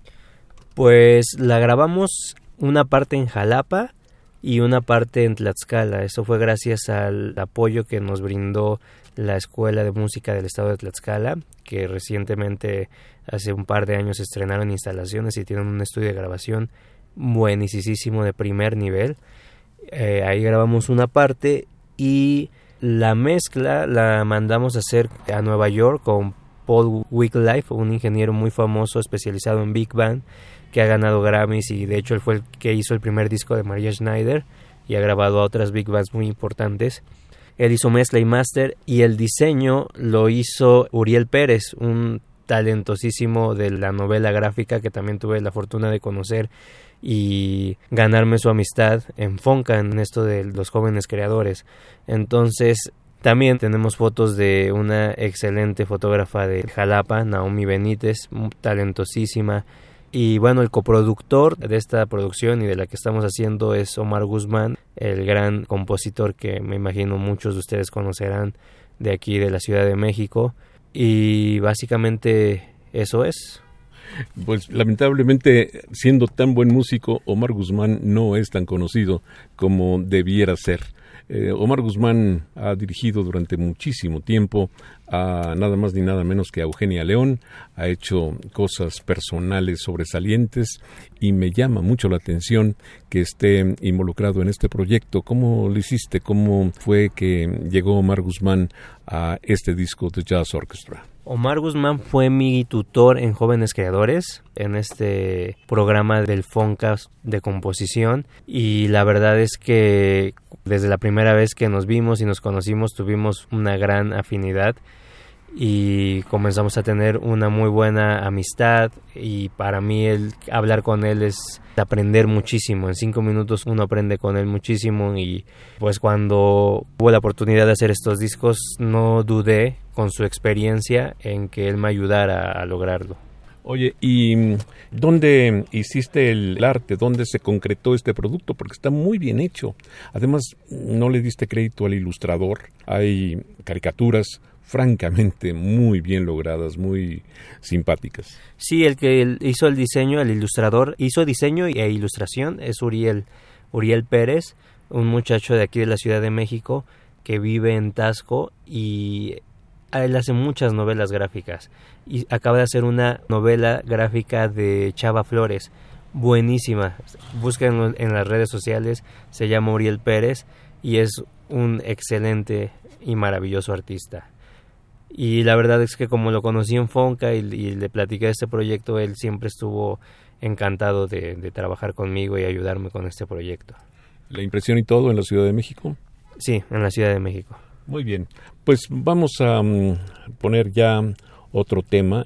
Pues la grabamos una parte en Jalapa y una parte en Tlaxcala. Eso fue gracias al apoyo que nos brindó la Escuela de Música del Estado de Tlaxcala, que recientemente, hace un par de años, estrenaron instalaciones y tienen un estudio de grabación buenísimo de primer nivel. Ahí grabamos una parte y la mezcla la mandamos a hacer a Nueva York con Paul Wycliffe, un ingeniero muy famoso especializado en Big Band, que ha ganado Grammys y de hecho él fue el que hizo el primer disco de Maria Schneider y ha grabado a otras Big Bands muy importantes. Él hizo mezcla y máster y el diseño lo hizo Uriel Pérez, un talentosísimo de la novela gráfica que también tuve la fortuna de conocer y ganarme su amistad en Fonca, en esto de los jóvenes creadores. Entonces también tenemos fotos de una excelente fotógrafa de Jalapa, Naomi Benítez, talentosísima. Y bueno, el coproductor de esta producción y de la que estamos haciendo es Omar Guzmán, el gran compositor que me imagino muchos de ustedes conocerán de aquí de la Ciudad de México. Y básicamente eso es. Pues lamentablemente, siendo tan buen músico, Omar Guzmán no es tan conocido como debiera ser. Omar Guzmán ha dirigido durante muchísimo tiempo a nada más ni nada menos que a Eugenia León, ha hecho cosas personales sobresalientes y me llama mucho la atención que esté involucrado en este proyecto. ¿Cómo lo hiciste? ¿Cómo fue que llegó Omar Guzmán a este disco de Jazz Orchestra? Omar Guzmán fue mi tutor en Jóvenes Creadores, en este programa del Foncas de composición, y la verdad es que desde la primera vez que nos vimos y nos conocimos tuvimos una gran afinidad y comenzamos a tener una muy buena amistad, y para mí hablar con él es aprender muchísimo. En 5 minutos uno aprende con él muchísimo, y pues cuando hubo la oportunidad de hacer estos discos no dudé con su experiencia en que él me ayudara a lograrlo. Oye, ¿y dónde hiciste el arte? ¿Dónde se concretó este producto? Porque está muy bien hecho. Además, no le diste crédito al ilustrador. Hay caricaturas francamente muy bien logradas, muy simpáticas. Sí, el que hizo el diseño, el ilustrador, hizo diseño e ilustración, es Uriel Pérez, un muchacho de aquí de la Ciudad de México que vive en Taxco, y él hace muchas novelas gráficas y acaba de hacer una novela gráfica de Chava Flores, buenísima. Busquen en las redes sociales, se llama Uriel Pérez y es un excelente y maravilloso artista. Y la verdad es que como lo conocí en Fonca y le platiqué de este proyecto, él siempre estuvo encantado de trabajar conmigo y ayudarme con este proyecto. ¿La impresión y todo en la Ciudad de México? Sí, en la Ciudad de México. Muy bien, pues vamos a poner ya otro tema,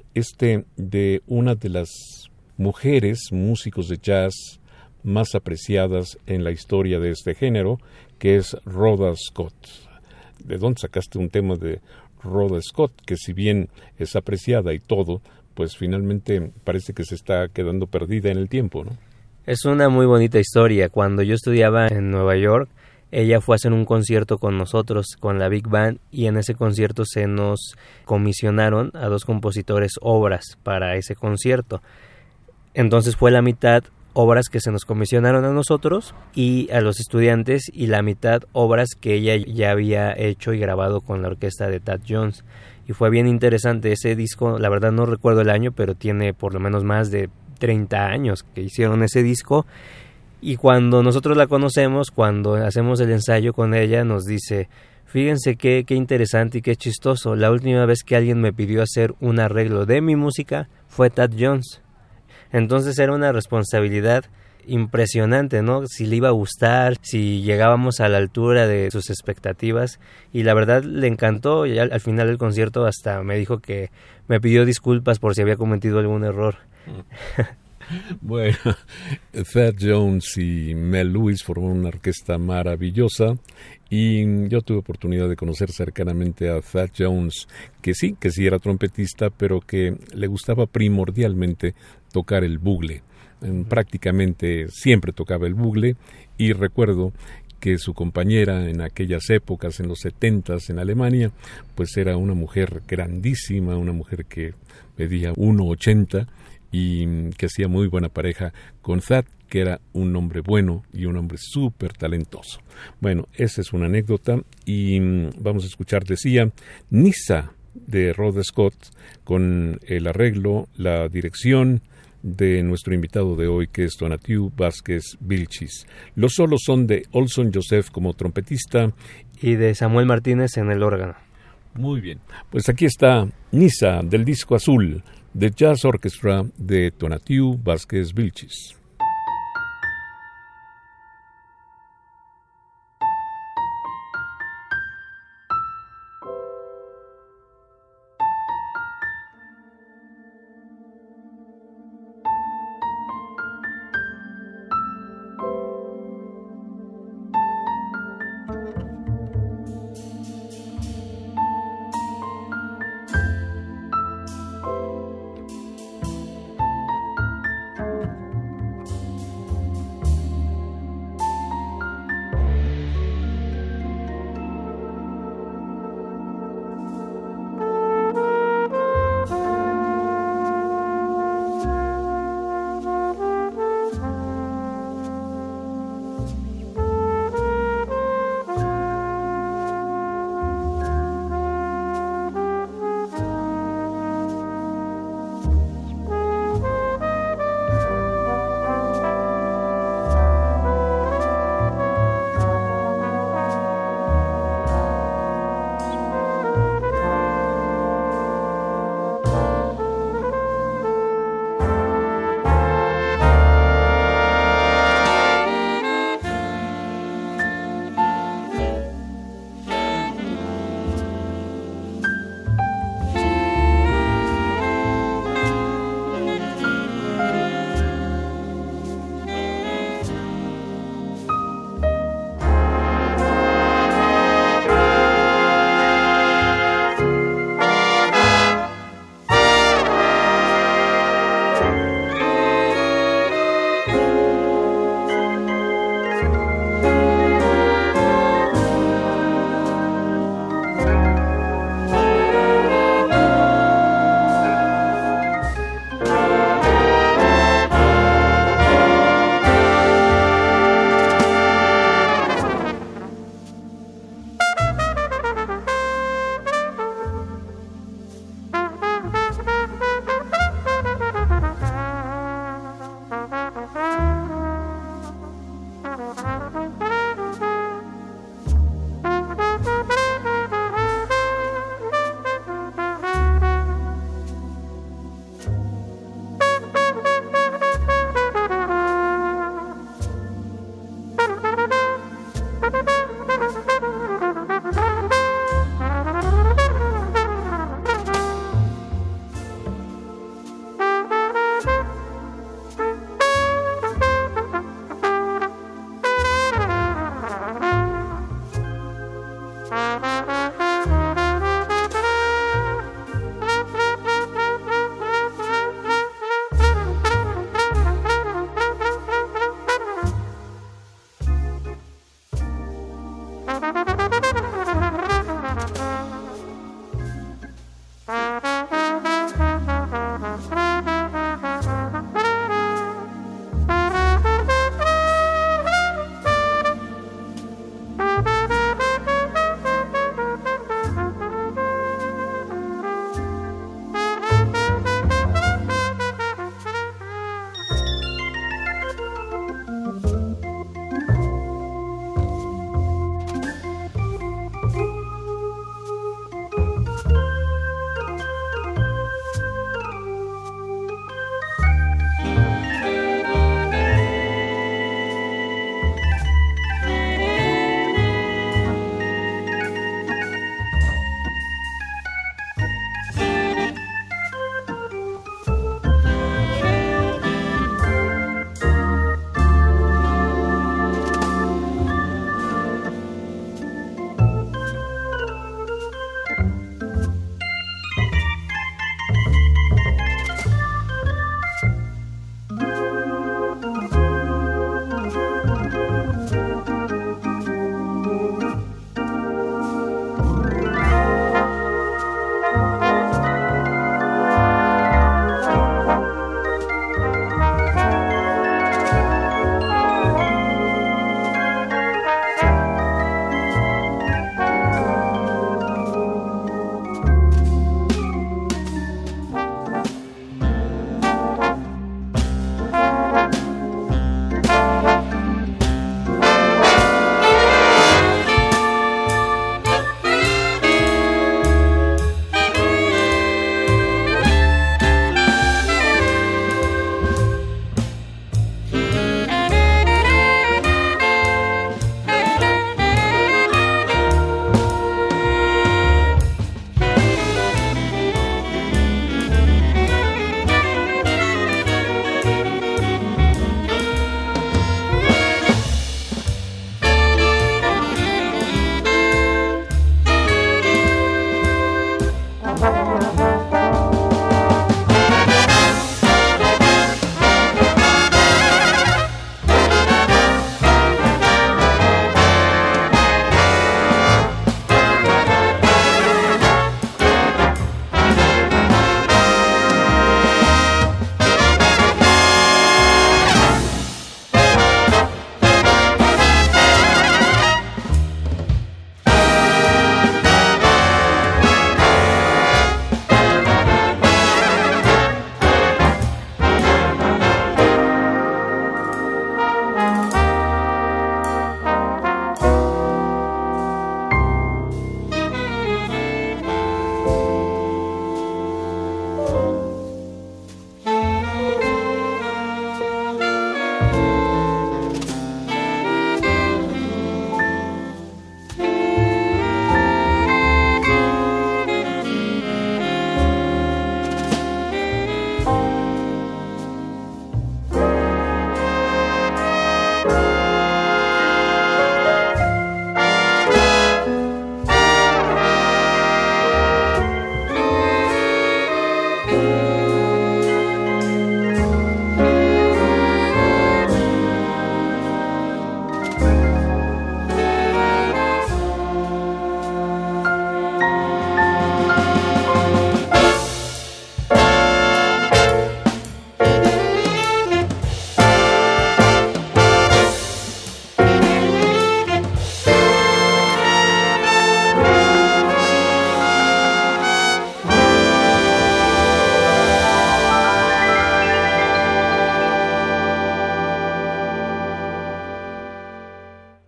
de una de las mujeres músicos de jazz más apreciadas en la historia de este género, que es Rhoda Scott. ¿De dónde sacaste un tema de Rhoda Scott, que si bien es apreciada y todo, pues finalmente parece que se está quedando perdida en el tiempo, ¿no? Es una muy bonita historia. Cuando yo estudiaba en Nueva York, ella fue a hacer un concierto con nosotros, con la Big Band, y en ese concierto se nos comisionaron a 2 compositores obras para ese concierto. Entonces fue la mitad obras que se nos comisionaron a nosotros y a los estudiantes, y la mitad obras que ella ya había hecho y grabado con la orquesta de Thad Jones. Y fue bien interesante ese disco, la verdad no recuerdo el año, pero tiene por lo menos más de 30 años que hicieron ese disco. Y cuando nosotros la conocemos, cuando hacemos el ensayo con ella, nos dice: fíjense qué interesante y qué chistoso, la última vez que alguien me pidió hacer un arreglo de mi música fue Thad Jones. Entonces era una responsabilidad impresionante, ¿no? Si le iba a gustar, si llegábamos a la altura de sus expectativas, y la verdad le encantó, y al final del concierto hasta me dijo que me pidió disculpas por si había cometido algún error. Bueno, Thad Jones y Mel Lewis formaron una orquesta maravillosa, y yo tuve oportunidad de conocer cercanamente a Thad Jones, que sí era trompetista, pero que le gustaba primordialmente tocar el bugle. Prácticamente siempre tocaba el bugle, y recuerdo que su compañera en aquellas épocas, en los 70s en Alemania, pues era una mujer grandísima, una mujer que medía 1,80 y que hacía muy buena pareja con Thad, que era un hombre bueno y un hombre súper talentoso. Bueno, esa es una anécdota, y vamos a escuchar, decía, Nisa de Rod Scott, con el arreglo, la dirección de nuestro invitado de hoy, que es Tonatiuh Vázquez Vilchis. Los solos son de Olson Joseph como trompetista y de Samuel Martínez en el órgano. Muy bien, pues aquí está Nisa del disco azul de Jazz Orchestra de Tonatiuh Vázquez Vilchis.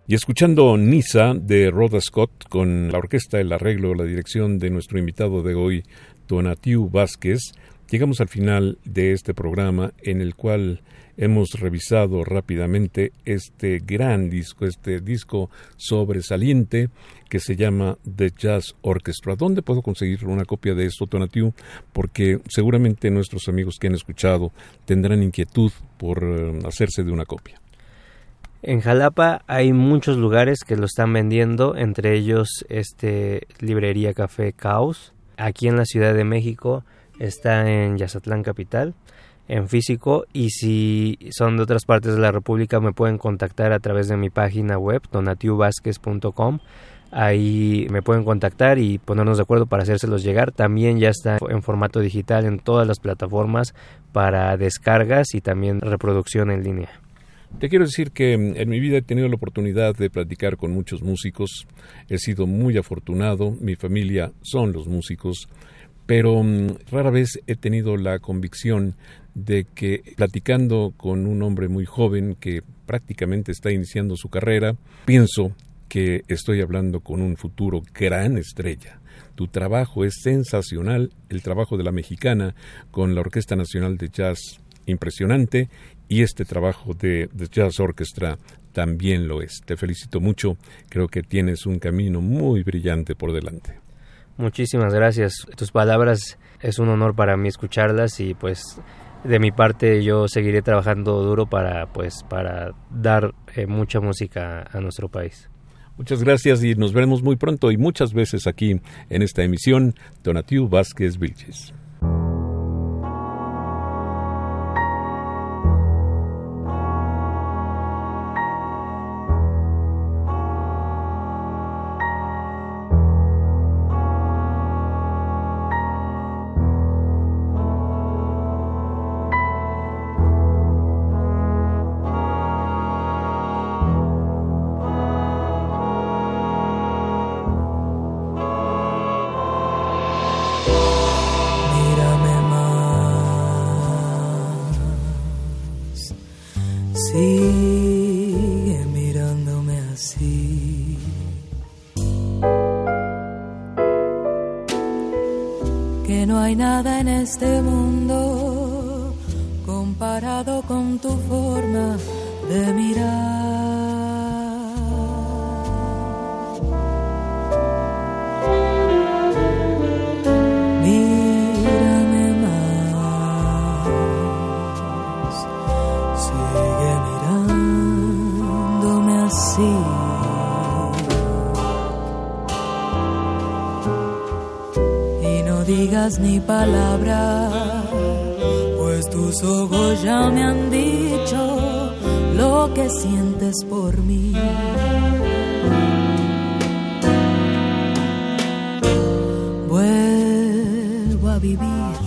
Y escuchando Nisa de Rhoda Scott con la orquesta, el arreglo, la dirección de nuestro invitado de hoy, Tonatiuh Vázquez, llegamos al final de este programa en el cual hemos revisado rápidamente este gran disco, este disco sobresaliente que se llama The Jazz Orchestra. ¿Dónde puedo conseguir una copia de esto, Tonatiuh? Porque seguramente nuestros amigos que han escuchado tendrán inquietud por hacerse de una copia. En Jalapa hay muchos lugares que lo están vendiendo, entre ellos librería Café Caos. Aquí en la Ciudad de México está en Yazatlán Capital, en físico, y si son de otras partes de la República me pueden contactar a través de mi página web, tonatiuhvazquez.com. Ahí me pueden contactar y ponernos de acuerdo para hacérselos llegar. También ya está en formato digital en todas las plataformas para descargas y también reproducción en línea. Te quiero decir que en mi vida he tenido la oportunidad de platicar con muchos músicos, he sido muy afortunado, mi familia son los músicos, pero rara vez he tenido la convicción de que platicando con un hombre muy joven que prácticamente está iniciando su carrera, pienso que estoy hablando con un futuro gran estrella. Tu trabajo es sensacional, el trabajo de la Mexicana con la Orquesta Nacional de Jazz, impresionante, y este trabajo de Jazz Orchestra también lo es. Te felicito mucho, creo que tienes un camino muy brillante por delante. Muchísimas gracias. Tus palabras es un honor para mí escucharlas y pues de mi parte yo seguiré trabajando duro para dar mucha música a nuestro país. Muchas gracias y nos veremos muy pronto y muchas veces aquí en esta emisión. Tonatiuh Vázquez Vilches. Sigue mirándome así, que no hay nada en este mundo comparado con tu forma de mirar. Y no digas ni palabra, pues tus ojos ya me han dicho lo que sientes por mí. Vuelvo a vivir,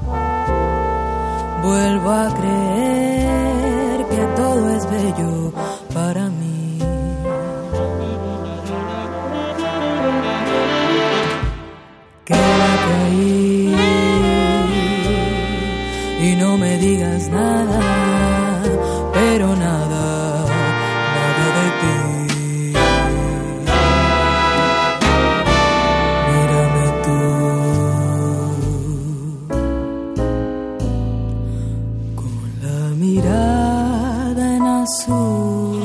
vuelvo a creer que todo es bello para mí. Quédate ahí y no me digas nada, pero nada, nada de ti. Mírame tú con la mirada en azul,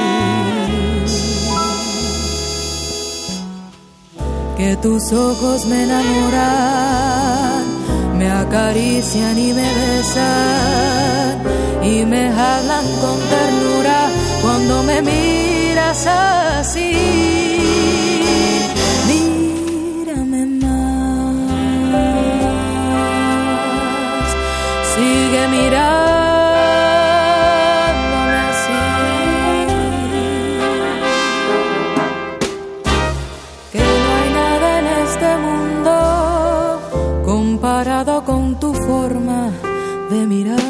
que tus ojos me enamoran, me acarician y me besan y me hablan con ternura cuando me miras así. Mírame más, sigue mirando. Comparado con tu forma de mirar.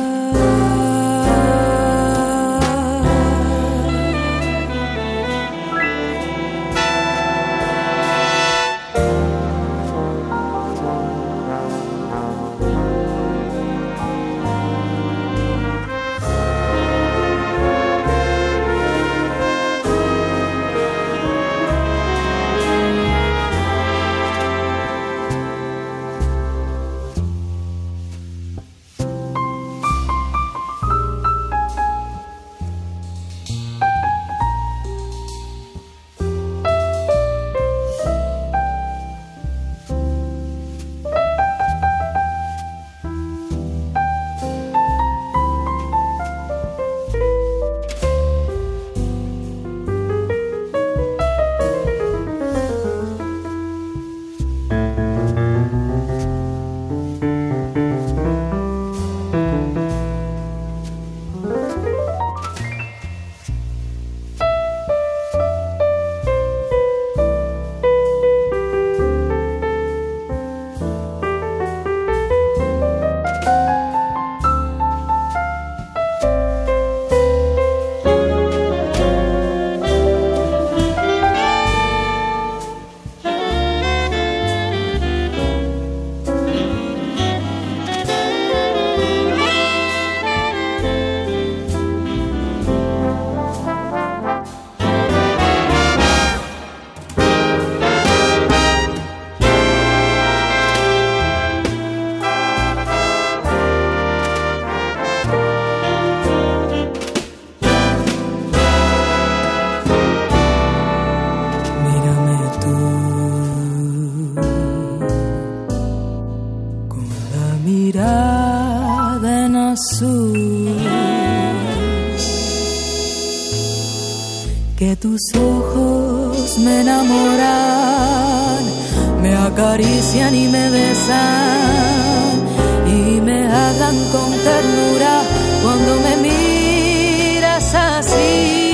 que tus ojos me enamoran, me acarician y me besan y me hablan con ternura cuando me miras así.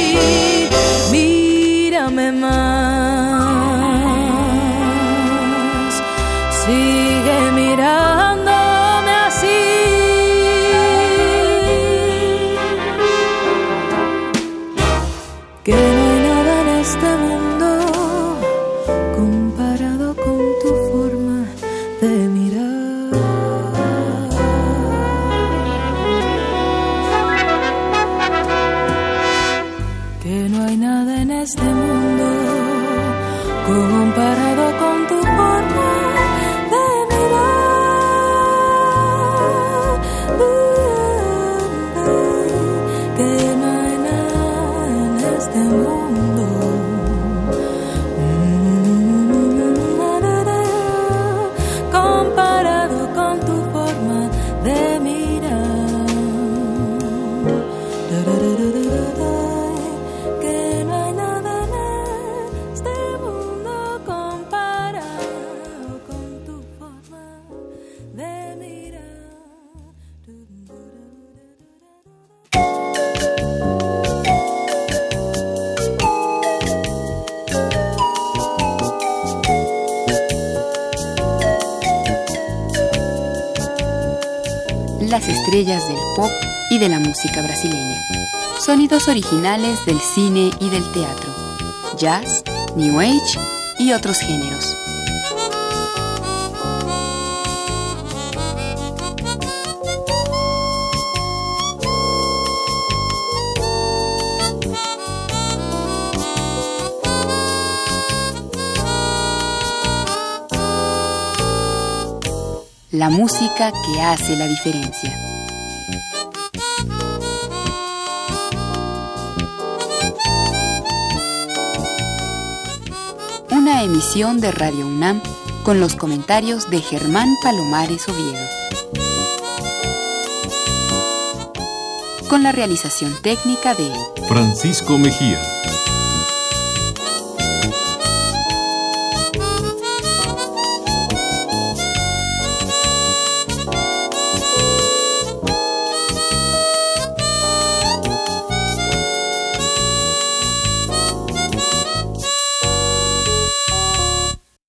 Mírame más, sigue mirándome así. Que no hay nada en este mundo comparado con tu forma de mirar. Que no hay nada en este mundo comparado con tu forma de mirar. Que no hay nada en este mundo comparado con tu forma de mirar. Que no hay nada en este mundo comparado con tu forma de mirar. Las estrellas del pop y de la música brasileña. Sonidos originales del cine y del teatro. Jazz, New Age y otros géneros. La música que hace la diferencia. Una emisión de Radio UNAM con los comentarios de Germán Palomares Oviedo. Con la realización técnica de Francisco Mejía.